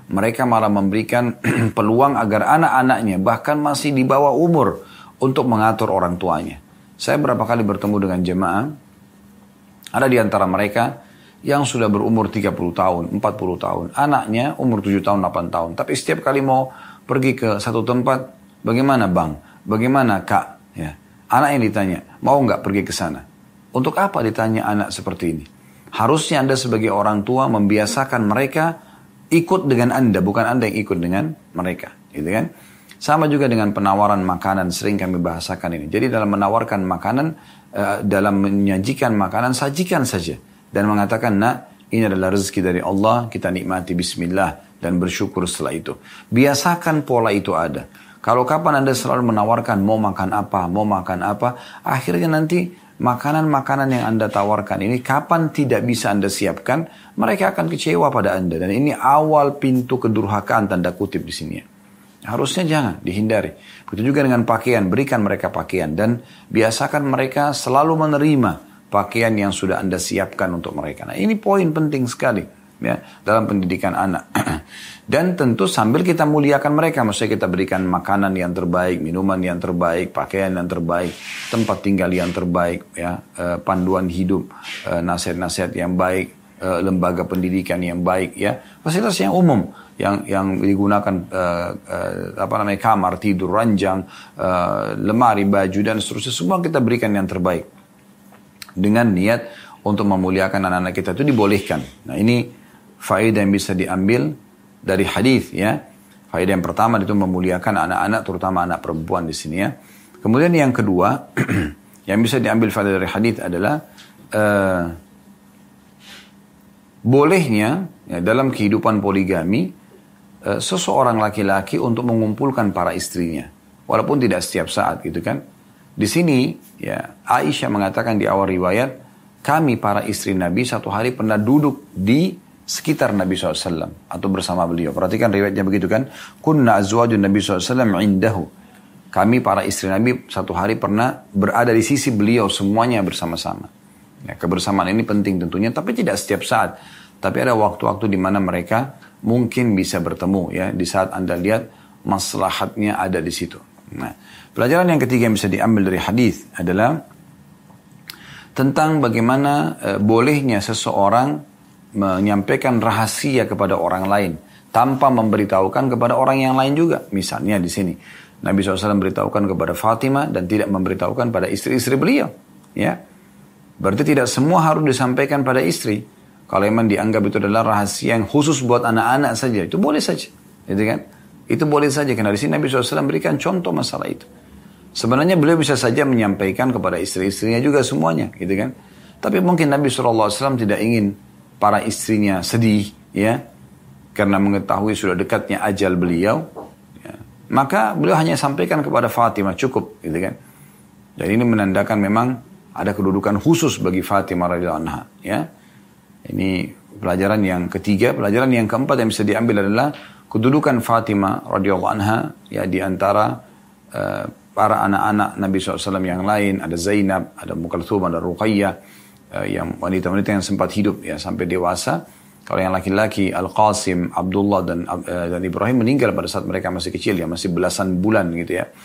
mereka malah memberikan peluang agar anak-anaknya bahkan masih di bawah umur untuk mengatur orang tuanya. Saya berapa kali bertemu dengan jemaah, ada di antara mereka yang sudah berumur 30 tahun, 40 tahun. Anaknya umur 7 tahun, 8 tahun. Tapi setiap kali mau pergi ke satu tempat, bagaimana bang? Bagaimana kak? Ya. Anak yang ditanya, mau nggak pergi ke sana? Untuk apa ditanya anak seperti ini? Harusnya Anda sebagai orang tua membiasakan mereka ikut dengan Anda, bukan Anda yang ikut dengan mereka. Gitu kan? Sama juga dengan penawaran makanan, sering kami bahasakan ini. Jadi dalam menawarkan makanan, dalam menyajikan makanan, sajikan saja. Dan mengatakan, nak, ini adalah rezeki dari Allah, kita nikmati bismillah dan bersyukur setelah itu. Biasakan pola itu ada. Kalau kapan Anda selalu menawarkan mau makan apa, akhirnya nanti makanan-makanan yang Anda tawarkan ini kapan tidak bisa Anda siapkan, mereka akan kecewa pada Anda. Dan ini awal pintu kedurhakaan tanda kutip di sini. Harusnya jangan, dihindari. Begitu juga dengan pakaian, berikan mereka pakaian. Dan biasakan mereka selalu menerima pakaian yang sudah Anda siapkan untuk mereka. Nah, ini poin penting sekali ya dalam pendidikan anak. Dan tentu sambil kita muliakan mereka, maksudnya kita berikan makanan yang terbaik, minuman yang terbaik, pakaian yang terbaik, tempat tinggal yang terbaik, ya, panduan hidup, nasihat-nasihat yang baik, lembaga pendidikan yang baik, ya, fasilitas yang umum yang digunakan kamar tidur, ranjang, lemari, baju dan seterusnya, semua kita berikan yang terbaik dengan niat untuk memuliakan anak-anak kita. Itu dibolehkan. Nah, ini faedah yang bisa diambil dari hadis, ya. Faedah yang pertama itu memuliakan anak-anak, terutama anak perempuan di sini, ya. Kemudian yang kedua yang bisa diambil faedah dari hadis adalah bolehnya ya, dalam kehidupan poligami seseorang laki-laki untuk mengumpulkan para istrinya, walaupun tidak setiap saat, gitu kan. Di sini ya Aisyah mengatakan di awal riwayat, kami para istri Nabi satu hari pernah duduk di sekitar Nabi SAW atau bersama beliau. Perhatikan riwayatnya begitu kan. Kunna azwajun Nabi SAW indahu. Kami para istri Nabi satu hari pernah berada di sisi beliau semuanya bersama-sama. Ya, kebersamaan ini penting tentunya, tapi tidak setiap saat. Tapi ada waktu-waktu di mana mereka mungkin bisa bertemu, ya, di saat Anda lihat maslahatnya ada di situ. Nah, pelajaran yang ketiga yang bisa diambil dari hadis adalah tentang bagaimana bolehnya seseorang menyampaikan rahasia kepada orang lain tanpa memberitahukan kepada orang yang lain juga. Misalnya di sini Nabi SAW beritahukan kepada Fatimah dan tidak memberitahukan pada istri-istri beliau, ya. Berarti tidak semua harus disampaikan pada istri. Kalau memang dianggap itu adalah rahasia yang khusus buat anak-anak saja, itu boleh saja, gitu kan? Itu boleh saja, karena di sini Nabi SAW berikan contoh masalah itu. Sebenarnya beliau bisa saja menyampaikan kepada istri-istrinya juga semuanya, gitu kan? Tapi mungkin Nabi SAW tidak ingin para istrinya sedih, ya, karena mengetahui sudah dekatnya ajal beliau, ya. Maka beliau hanya sampaikan kepada Fatimah, cukup, gitu kan? Dan ini menandakan memang ada kedudukan khusus bagi Fatimah radhiyallahu anha, ya. Ini pelajaran yang ketiga. Pelajaran yang keempat yang bisa diambil adalah kedudukan Fatimah radhiyallahu anha, ya, di antara para anak-anak Nabi SAW yang lain. Ada Zainab, ada Mukalthum, ada Ruqayyah, yang wanita-wanita yang sempat hidup, ya, sampai dewasa. Kalau yang laki-laki Al-Qasim, Abdullah dan Ibrahim meninggal pada saat mereka masih kecil, ya, masih belasan bulan gitu, ya.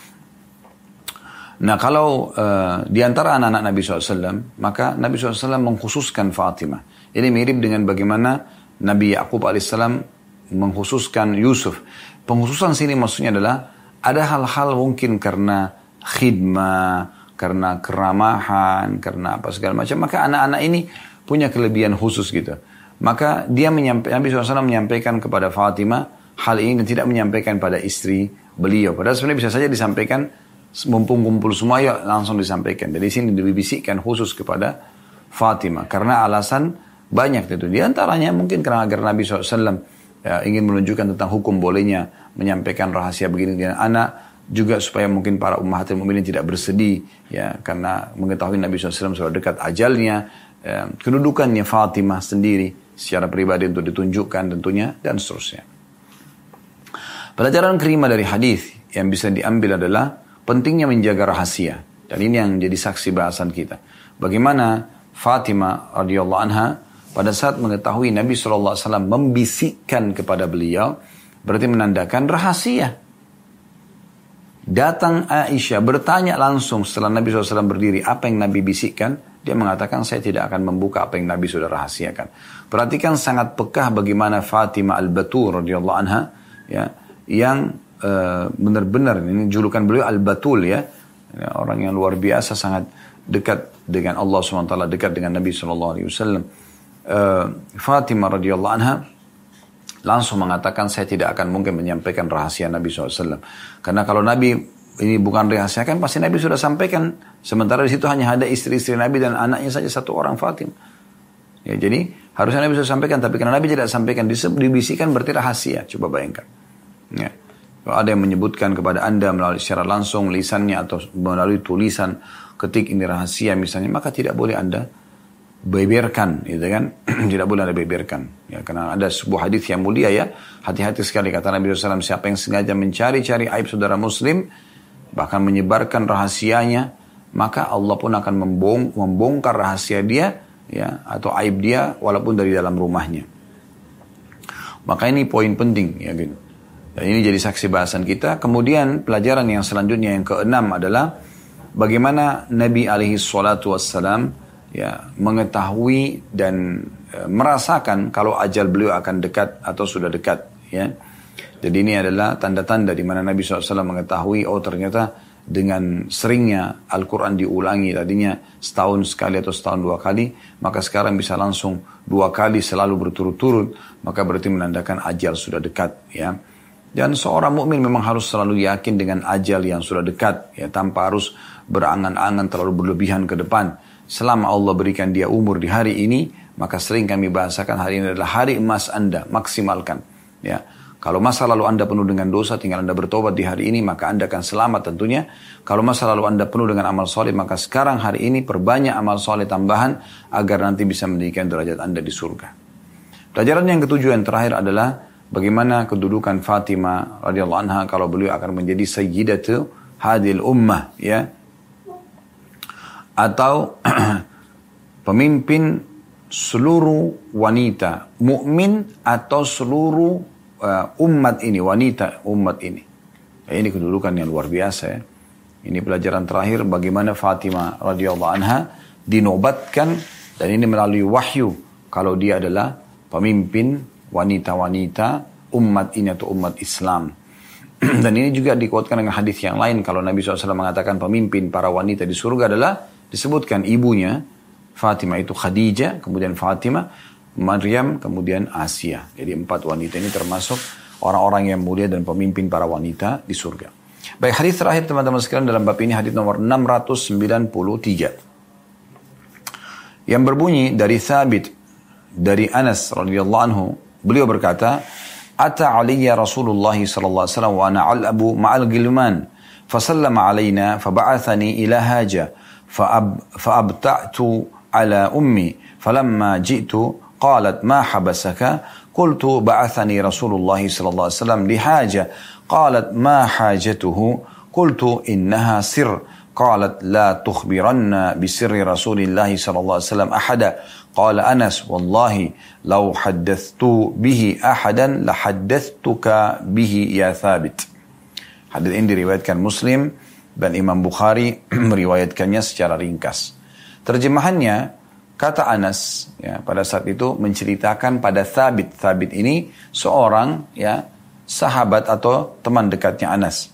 Nah, kalau di antara anak-anak Nabi SAW, maka Nabi SAW mengkhususkan Fatimah. Ini mirip dengan bagaimana Nabi Yaqub alaihissalam mengkhususkan Yusuf. Pengkhususan sini maksudnya adalah ada hal-hal mungkin karena khidmah, karena keramahan, karena apa segala macam. Maka anak-anak ini punya kelebihan khusus gitu. Maka Nabi SAW menyampaikan kepada Fatimah hal ini dan tidak menyampaikan pada istri beliau. Padahal sebenarnya bisa saja disampaikan mumpung kumpul semua, ya, langsung disampaikan. Jadi sini dibisikkan khusus kepada Fatimah karena alasan banyak itu. Di antaranya mungkin karena agar Nabi SAW ya, ingin menunjukkan tentang hukum bolehnya menyampaikan rahasia begini dengan anak, juga supaya mungkin para ummahatul mukminin tidak bersedih, ya, karena mengetahui Nabi SAW sudah dekat ajalnya, ya, kedudukannya Fatimah sendiri secara pribadi untuk ditunjukkan tentunya, dan seterusnya. Pelajaran kelima dari hadis yang bisa diambil adalah pentingnya menjaga rahasia. Dan ini yang jadi saksi bahasan kita. Bagaimana Fatimah radhiyallahu anha pada saat mengetahui Nabi SAW membisikkan kepada beliau, berarti menandakan rahasia. Datang Aisyah bertanya langsung setelah Nabi SAW berdiri, apa yang Nabi bisikkan? Dia mengatakan, saya tidak akan membuka apa yang Nabi sudah rahasiakan. Perhatikan sangat pekah bagaimana Fatimah Al-Batul radhiyallahu anha, ya, yang benar-benar, ini julukan beliau Al-Batul, ya, orang yang luar biasa, sangat dekat dengan Allah SWT, dekat dengan Nabi SAW. Fatimah radhiyallahu anha langsung mengatakan, saya tidak akan mungkin menyampaikan rahasia Nabi SAW. Karena kalau Nabi ini bukan rahasia kan, pasti Nabi sudah sampaikan. Sementara di situ hanya ada istri-istri Nabi dan anaknya saja satu orang, Fatimah. Ya, jadi harusnya Nabi sudah sampaikan, tapi karena Nabi tidak sampaikan, dibisikkan berarti rahasia. Coba bayangkan. Ya. Kalau ada yang menyebutkan kepada Anda melalui secara langsung lisannya atau melalui tulisan, ketik ini rahasia misalnya, maka tidak boleh Anda beberkan, gitu kan? Tidak boleh Anda beberkan. Ya, karena ada sebuah hadis yang mulia, ya. Hati-hati sekali kata Nabi SAW, siapa yang sengaja mencari-cari aib saudara muslim, bahkan menyebarkan rahasianya, maka Allah pun akan membongkar rahasia dia, ya, atau aib dia walaupun dari dalam rumahnya. Maka ini poin penting, ya gitu. Dan ini jadi saksi bahasan kita. Kemudian pelajaran yang selanjutnya yang keenam adalah bagaimana Nabi alaihi salatu wassalam, ya, mengetahui dan merasakan kalau ajal beliau akan dekat atau sudah dekat, ya. Jadi ini adalah tanda-tanda di mana Nabi SAW mengetahui, oh ternyata dengan seringnya Al-Quran diulangi, tadinya setahun sekali atau setahun dua kali, maka sekarang bisa langsung 2 kali selalu berturut-turut, maka berarti menandakan ajal sudah dekat, ya. Dan seorang mukmin memang harus selalu yakin dengan ajal yang sudah dekat, ya, tanpa harus berangan-angan terlalu berlebihan ke depan. Selama Allah berikan dia umur di hari ini, maka sering kami bahasakan hari ini adalah hari emas Anda, maksimalkan, ya. Kalau masa lalu Anda penuh dengan dosa, tinggal Anda bertobat di hari ini, maka Anda akan selamat tentunya. Kalau masa lalu Anda penuh dengan amal soleh, maka sekarang hari ini perbanyak amal soleh tambahan, agar nanti bisa meninggikan derajat Anda di surga. Pelajaran yang ketujuh yang terakhir adalah bagaimana kedudukan Fatimah radhiyallahu anha kalau beliau akan menjadi sayyidatu hadil ummah, ya, atau pemimpin seluruh wanita mukmin atau seluruh umat ini, wanita umat ini. Ini kedudukan yang luar biasa, ya. Ini pelajaran terakhir bagaimana Fatimah radhiyallahu anha dinobatkan, dan ini melalui wahyu kalau dia adalah pemimpin wanita-wanita umat ini atau umat Islam. Dan ini juga dikuatkan dengan hadis yang lain, kalau Nabi SAW mengatakan pemimpin para wanita di surga adalah disebutkan ibunya Fatimah itu Khadijah, kemudian Fatimah, Maryam, kemudian Asia. Jadi 4 wanita ini termasuk orang-orang yang mulia dan pemimpin para wanita di surga. Baik, hadis terakhir teman-teman sekalian dalam bab ini, hadis nomor 693. Yang berbunyi dari Thabit, dari Anas radhiyallahu anhu, beliau berkata, "Ata aliyya Rasulullah sallallahu alaihi wasallam wa ana al'abu ma'al gilman, fasallama alaina faba'athani ila haja, fa'abta'tu ala ummi, falamma ji'tu قالت ما حبسك قلت بعثني رسول الله صلى الله عليه وسلم لحاجة قالت ما حاجته قلت إنها سر قالت لا تخبرن بسر رسول الله صلى الله عليه وسلم أحدا قال أنس والله لو حدثت به أحدا لحدثتك به يا ثابت. Hadis ini diriwayatkan Muslim dan Imam Bukhari meriwayatkannya secara ringkas. Terjemahannya, kata Anas, ya, pada saat itu menceritakan pada Thabit. Thabit ini seorang, ya, sahabat atau teman dekatnya Anas.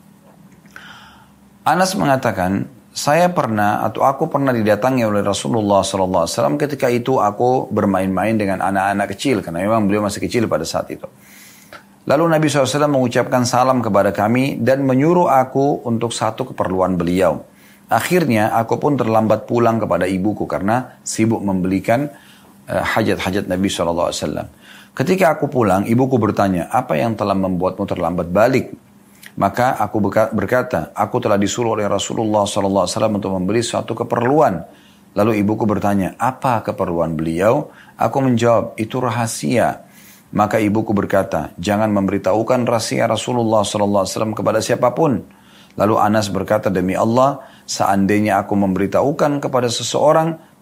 Anas mengatakan, saya pernah atau aku pernah didatangi oleh Rasulullah SAW. Ketika itu aku bermain-main dengan anak-anak kecil, karena memang beliau masih kecil pada saat itu. Lalu Nabi SAW mengucapkan salam kepada kami dan menyuruh aku untuk satu keperluan beliau. Akhirnya aku pun terlambat pulang kepada ibuku karena sibuk membelikan hajat-hajat Nabi SAW. Ketika aku pulang, ibuku bertanya, apa yang telah membuatmu terlambat balik? Maka aku berkata, aku telah disuruh oleh Rasulullah SAW untuk membeli suatu keperluan. Lalu ibuku bertanya, apa keperluan beliau? Aku menjawab, itu rahasia. Maka ibuku berkata, jangan memberitahukan rahasia Rasulullah SAW kepada siapapun. Lalu Anas berkata, demi Allah, seandainya aku memberitahukan kepada seseorang,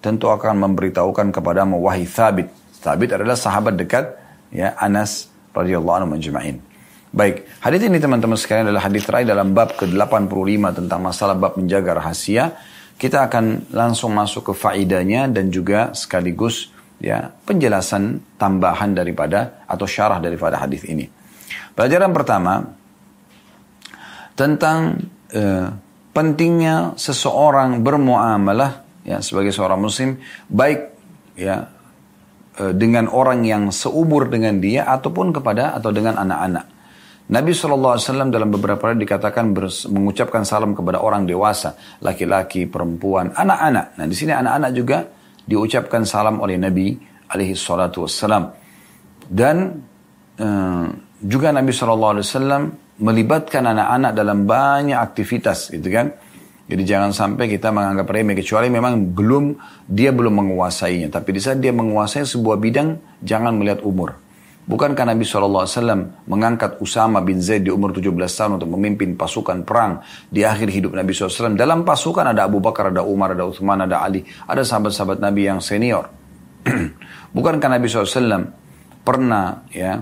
tentu akan memberitahukan kepadamu wahai Thabit. Thabit adalah sahabat dekat ya Anas radhiyallahu anhu majma'in. Baik, hadis ini teman-teman sekalian adalah hadis terakhir dalam bab ke-85 tentang masalah bab menjaga rahasia. Kita akan langsung masuk ke faidahnya dan juga sekaligus ya penjelasan tambahan daripada atau syarah daripada hadis ini. Pelajaran pertama tentang pentingnya seseorang bermuamalah ya sebagai seorang muslim baik ya dengan orang yang seumur dengan dia ataupun kepada atau dengan anak-anak. Nabi SAW dalam beberapa kali dikatakan mengucapkan salam kepada orang dewasa, laki-laki, perempuan, anak-anak. Nah di sini anak-anak juga diucapkan salam oleh Nabi SAW. Dan juga Nabi SAW melibatkan anak-anak dalam banyak aktivitas, gitu kan? Jadi jangan sampai kita menganggap remeh kecuali memang dia belum menguasainya. Tapi di saat dia menguasai sebuah bidang, jangan melihat umur. Bukankah Nabi SAW mengangkat Usama bin Zaid di umur 17 tahun untuk memimpin pasukan perang di akhir hidup Nabi SAW. Dalam pasukan ada Abu Bakar, ada Umar, ada Uthman, ada Ali. Ada sahabat-sahabat Nabi yang senior. Bukankah Nabi SAW pernah ya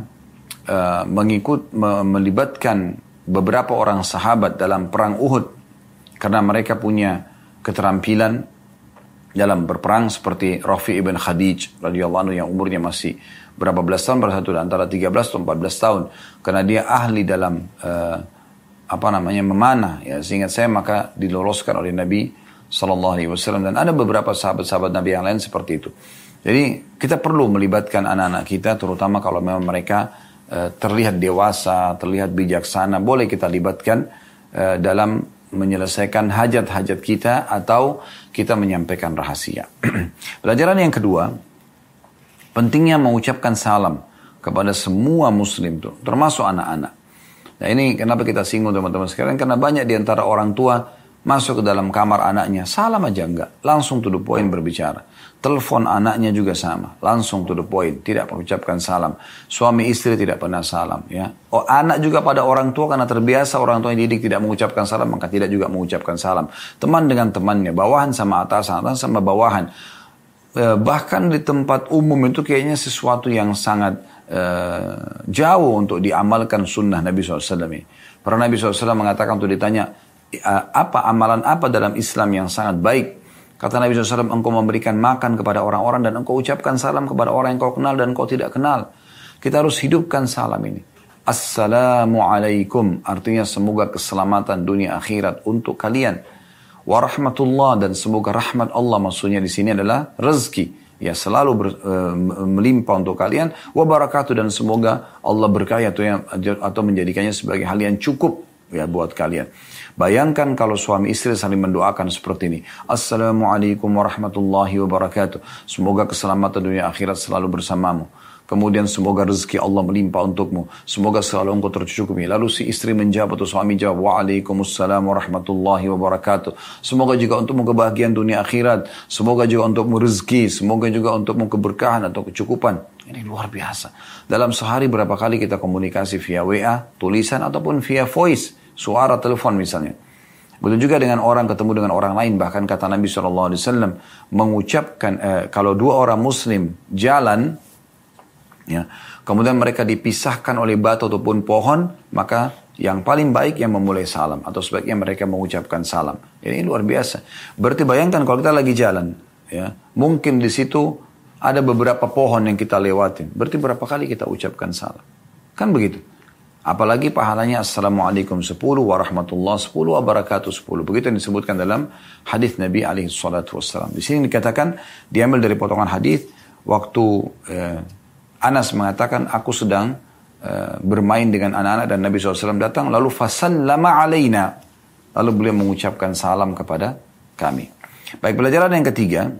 melibatkan beberapa orang sahabat dalam perang Uhud. Karena mereka punya keterampilan dalam berperang seperti Rafi' ibn Khadij radhiyallahu anhu yang umurnya masih berapa belas tahun, pada satu antara 13 atau 14 tahun, karena dia ahli dalam memanah ya, seingat saya, maka diloloskan oleh Nabi SAW. Dan ada beberapa sahabat-sahabat Nabi yang lain seperti itu. Jadi kita perlu melibatkan anak-anak kita, terutama kalau memang mereka terlihat dewasa, terlihat bijaksana, boleh kita libatkan dalam menyelesaikan hajat-hajat kita atau kita menyampaikan rahasia. Pelajaran yang kedua, pentingnya mengucapkan salam kepada semua muslim tuh, termasuk anak-anak. Nah ini kenapa kita singgung teman-teman sekalian, karena banyak di antara orang tua masuk ke dalam kamar anaknya, salam aja enggak, langsung to the point berbicara. Telepon anaknya juga sama, langsung to the point, tidak mengucapkan salam. Suami istri tidak pernah salam ya. Oh, anak juga pada orang tua karena terbiasa orang tua yang didik tidak mengucapkan salam, maka tidak juga mengucapkan salam. Teman dengan temannya, bawahan sama atasan, atasan sama bawahan. Bahkan di tempat umum itu kayaknya sesuatu yang sangat jauh untuk diamalkan sunnah Nabi SAW. Karena Nabi SAW mengatakan untuk ditanya, amalan apa dalam Islam yang sangat baik? Kata Nabi SAW, engkau memberikan makan kepada orang-orang dan engkau ucapkan salam kepada orang yang kau kenal dan kau tidak kenal. Kita harus hidupkan salam ini. Assalamualaikum, artinya semoga keselamatan dunia akhirat untuk kalian. Warahmatullah, dan semoga rahmat Allah, maksudnya di sini adalah rezeki. Ya selalu melimpah untuk kalian. Wabarakatuh, dan semoga Allah berkahi atau menjadikannya sebagai hal yang cukup ya buat kalian. Bayangkan kalau suami istri saling mendoakan seperti ini. Assalamualaikum warahmatullahi wabarakatuh. Semoga keselamatan dunia akhirat selalu bersamamu. Kemudian semoga rezeki Allah melimpah untukmu. Semoga selalu engkau tercukupi. Lalu si istri menjawab atau suami jawab, Waalaikumsalam warahmatullahi wabarakatuh. Semoga juga untukmu kebahagiaan dunia akhirat. Semoga juga untukmu rezeki. Semoga juga untukmu keberkahan atau kecukupan. Ini luar biasa. Dalam sehari berapa kali kita komunikasi via WA, tulisan ataupun via voice. Suara telepon misalnya. Begitu juga dengan orang ketemu dengan orang lain. Bahkan kata Nabi SAW mengucapkan kalau dua orang muslim jalan ya, kemudian mereka dipisahkan oleh batu ataupun pohon, maka yang paling baik yang memulai salam atau sebaiknya mereka mengucapkan salam. Ini luar biasa. Berarti bayangkan kalau kita lagi jalan ya, mungkin di situ ada beberapa pohon yang kita lewatin. Berarti berapa kali kita ucapkan salam. Kan begitu. Apalagi pahalanya Assalamualaikum 10, warahmatullah 10, wabarakatuh 10. Begitu yang disebutkan dalam hadis Nabi SAW. Di sini dikatakan, diambil dari potongan hadis waktu Anas mengatakan, aku sedang bermain dengan anak-anak dan Nabi SAW datang, lalu fasallama alaina. Lalu beliau mengucapkan salam kepada kami. Baik, pelajaran yang ketiga,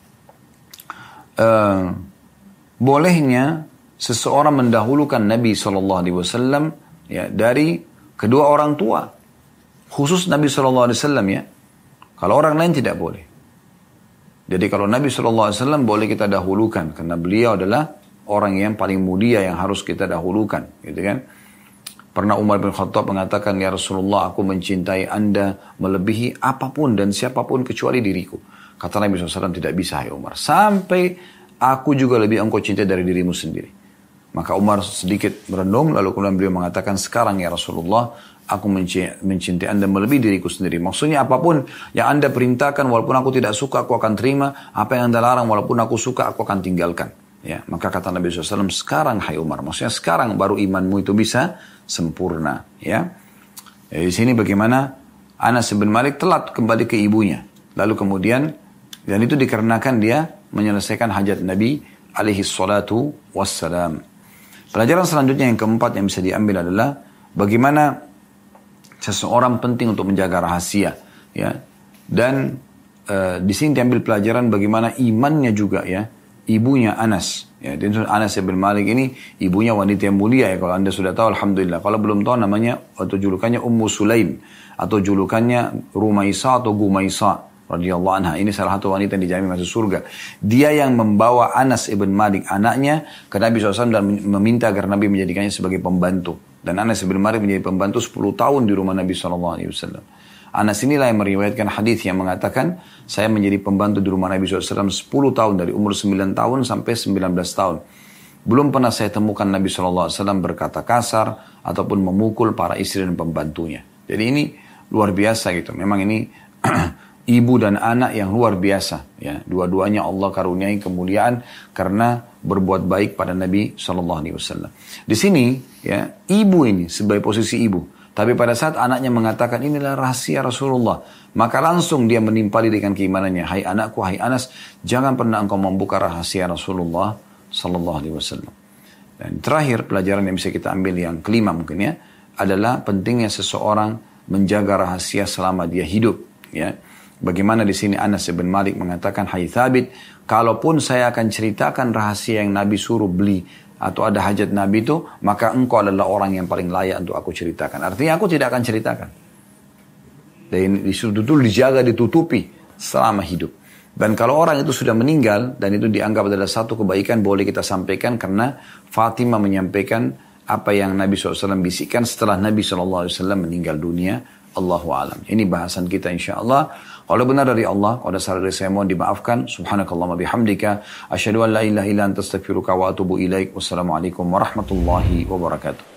bolehnya seseorang mendahulukan Nabi SAW ya, dari kedua orang tua. Khusus Nabi SAW ya. Kalau orang lain tidak boleh. Jadi kalau Nabi SAW boleh kita dahulukan. Karena beliau adalah orang yang paling mulia yang harus kita dahulukan. Gitu kan. Pernah Umar bin Khattab mengatakan, Ya Rasulullah, aku mencintai anda melebihi apapun dan siapapun kecuali diriku. Kata Nabi SAW, tidak bisa hai Umar. Sampai aku juga lebih engkau cintai dari dirimu sendiri. Maka Umar sedikit merenung, lalu kemudian beliau mengatakan, sekarang ya Rasulullah, aku mencintai anda melebihi diriku sendiri. Maksudnya apapun yang anda perintahkan, walaupun aku tidak suka, aku akan terima. Apa yang anda larang, walaupun aku suka, aku akan tinggalkan. Ya, maka kata Nabi SAW, sekarang hai Umar. Maksudnya sekarang baru imanmu itu bisa sempurna. Ya. Di sini bagaimana Anas bin Malik telat kembali ke ibunya. Lalu kemudian, dan itu dikarenakan dia menyelesaikan hajat Nabi alaihi salatu wassalam. Pelajaran selanjutnya yang keempat yang bisa diambil adalah bagaimana seseorang penting untuk menjaga rahasia. Ya. Dan di sini diambil pelajaran bagaimana imannya juga ya. Ibunya Anas. Ya, Anas bin Malik ini ibunya wanita yang mulia ya. Kalau anda sudah tahu alhamdulillah. Kalau belum tahu namanya atau julukannya Ummu Sulaim. Atau julukannya Rumaisa atau Gumaisa radhiyallahu anha. Ini salah satu wanita yang dijamin masuk surga. Dia yang membawa Anas ibn Malik anaknya ke Nabi SAW dan meminta agar Nabi menjadikannya sebagai pembantu. Dan Anas ibn Malik menjadi pembantu 10 tahun di rumah Nabi SAW. Anas inilah yang meriwayatkan hadis yang mengatakan saya menjadi pembantu di rumah Nabi SAW 10 tahun dari umur 9 tahun sampai 19 tahun. Belum pernah saya temukan Nabi SAW berkata kasar ataupun memukul para istri dan pembantunya. Jadi ini luar biasa gitu. Memang ini ibu dan anak yang luar biasa. Ya, dua-duanya Allah karuniai kemuliaan karena berbuat baik pada Nabi SAW. Di sini ya ibu ini sebagai posisi ibu. Tapi pada saat anaknya mengatakan inilah rahasia Rasulullah, maka langsung dia menimpali dengan keimanannya. Hai anakku, hai Anas, jangan pernah engkau membuka rahasia Rasulullah Sallallahu Alaihi Wasallam. Dan terakhir pelajaran yang bisa kita ambil yang kelima mungkin ya, adalah pentingnya seseorang menjaga rahasia selama dia hidup. Ya, bagaimana di sini Anas bin Malik mengatakan, hai Thabit, kalaupun saya akan ceritakan rahasia yang Nabi suruh beli atau ada hajat Nabi itu, maka engkau adalah orang yang paling layak untuk aku ceritakan. Artinya aku tidak akan ceritakan. Dan disuruh dijaga, ditutupi selama hidup. Dan kalau orang itu sudah meninggal, dan itu dianggap adalah satu kebaikan, boleh kita sampaikan karena Fatimah menyampaikan apa yang Nabi SAW bisikkan setelah Nabi SAW meninggal dunia. Allahu alam. Ini bahasan kita insyaallah. Kalau benar dari Allah, kalau ada salah dari saya mohon dimaafkan. Subhanakallahumma bihamdika asyhadu an la ilaha illa anta astaghfiruka wa atubu ilaik. Wassalamualaikum warahmatullahi wabarakatuh.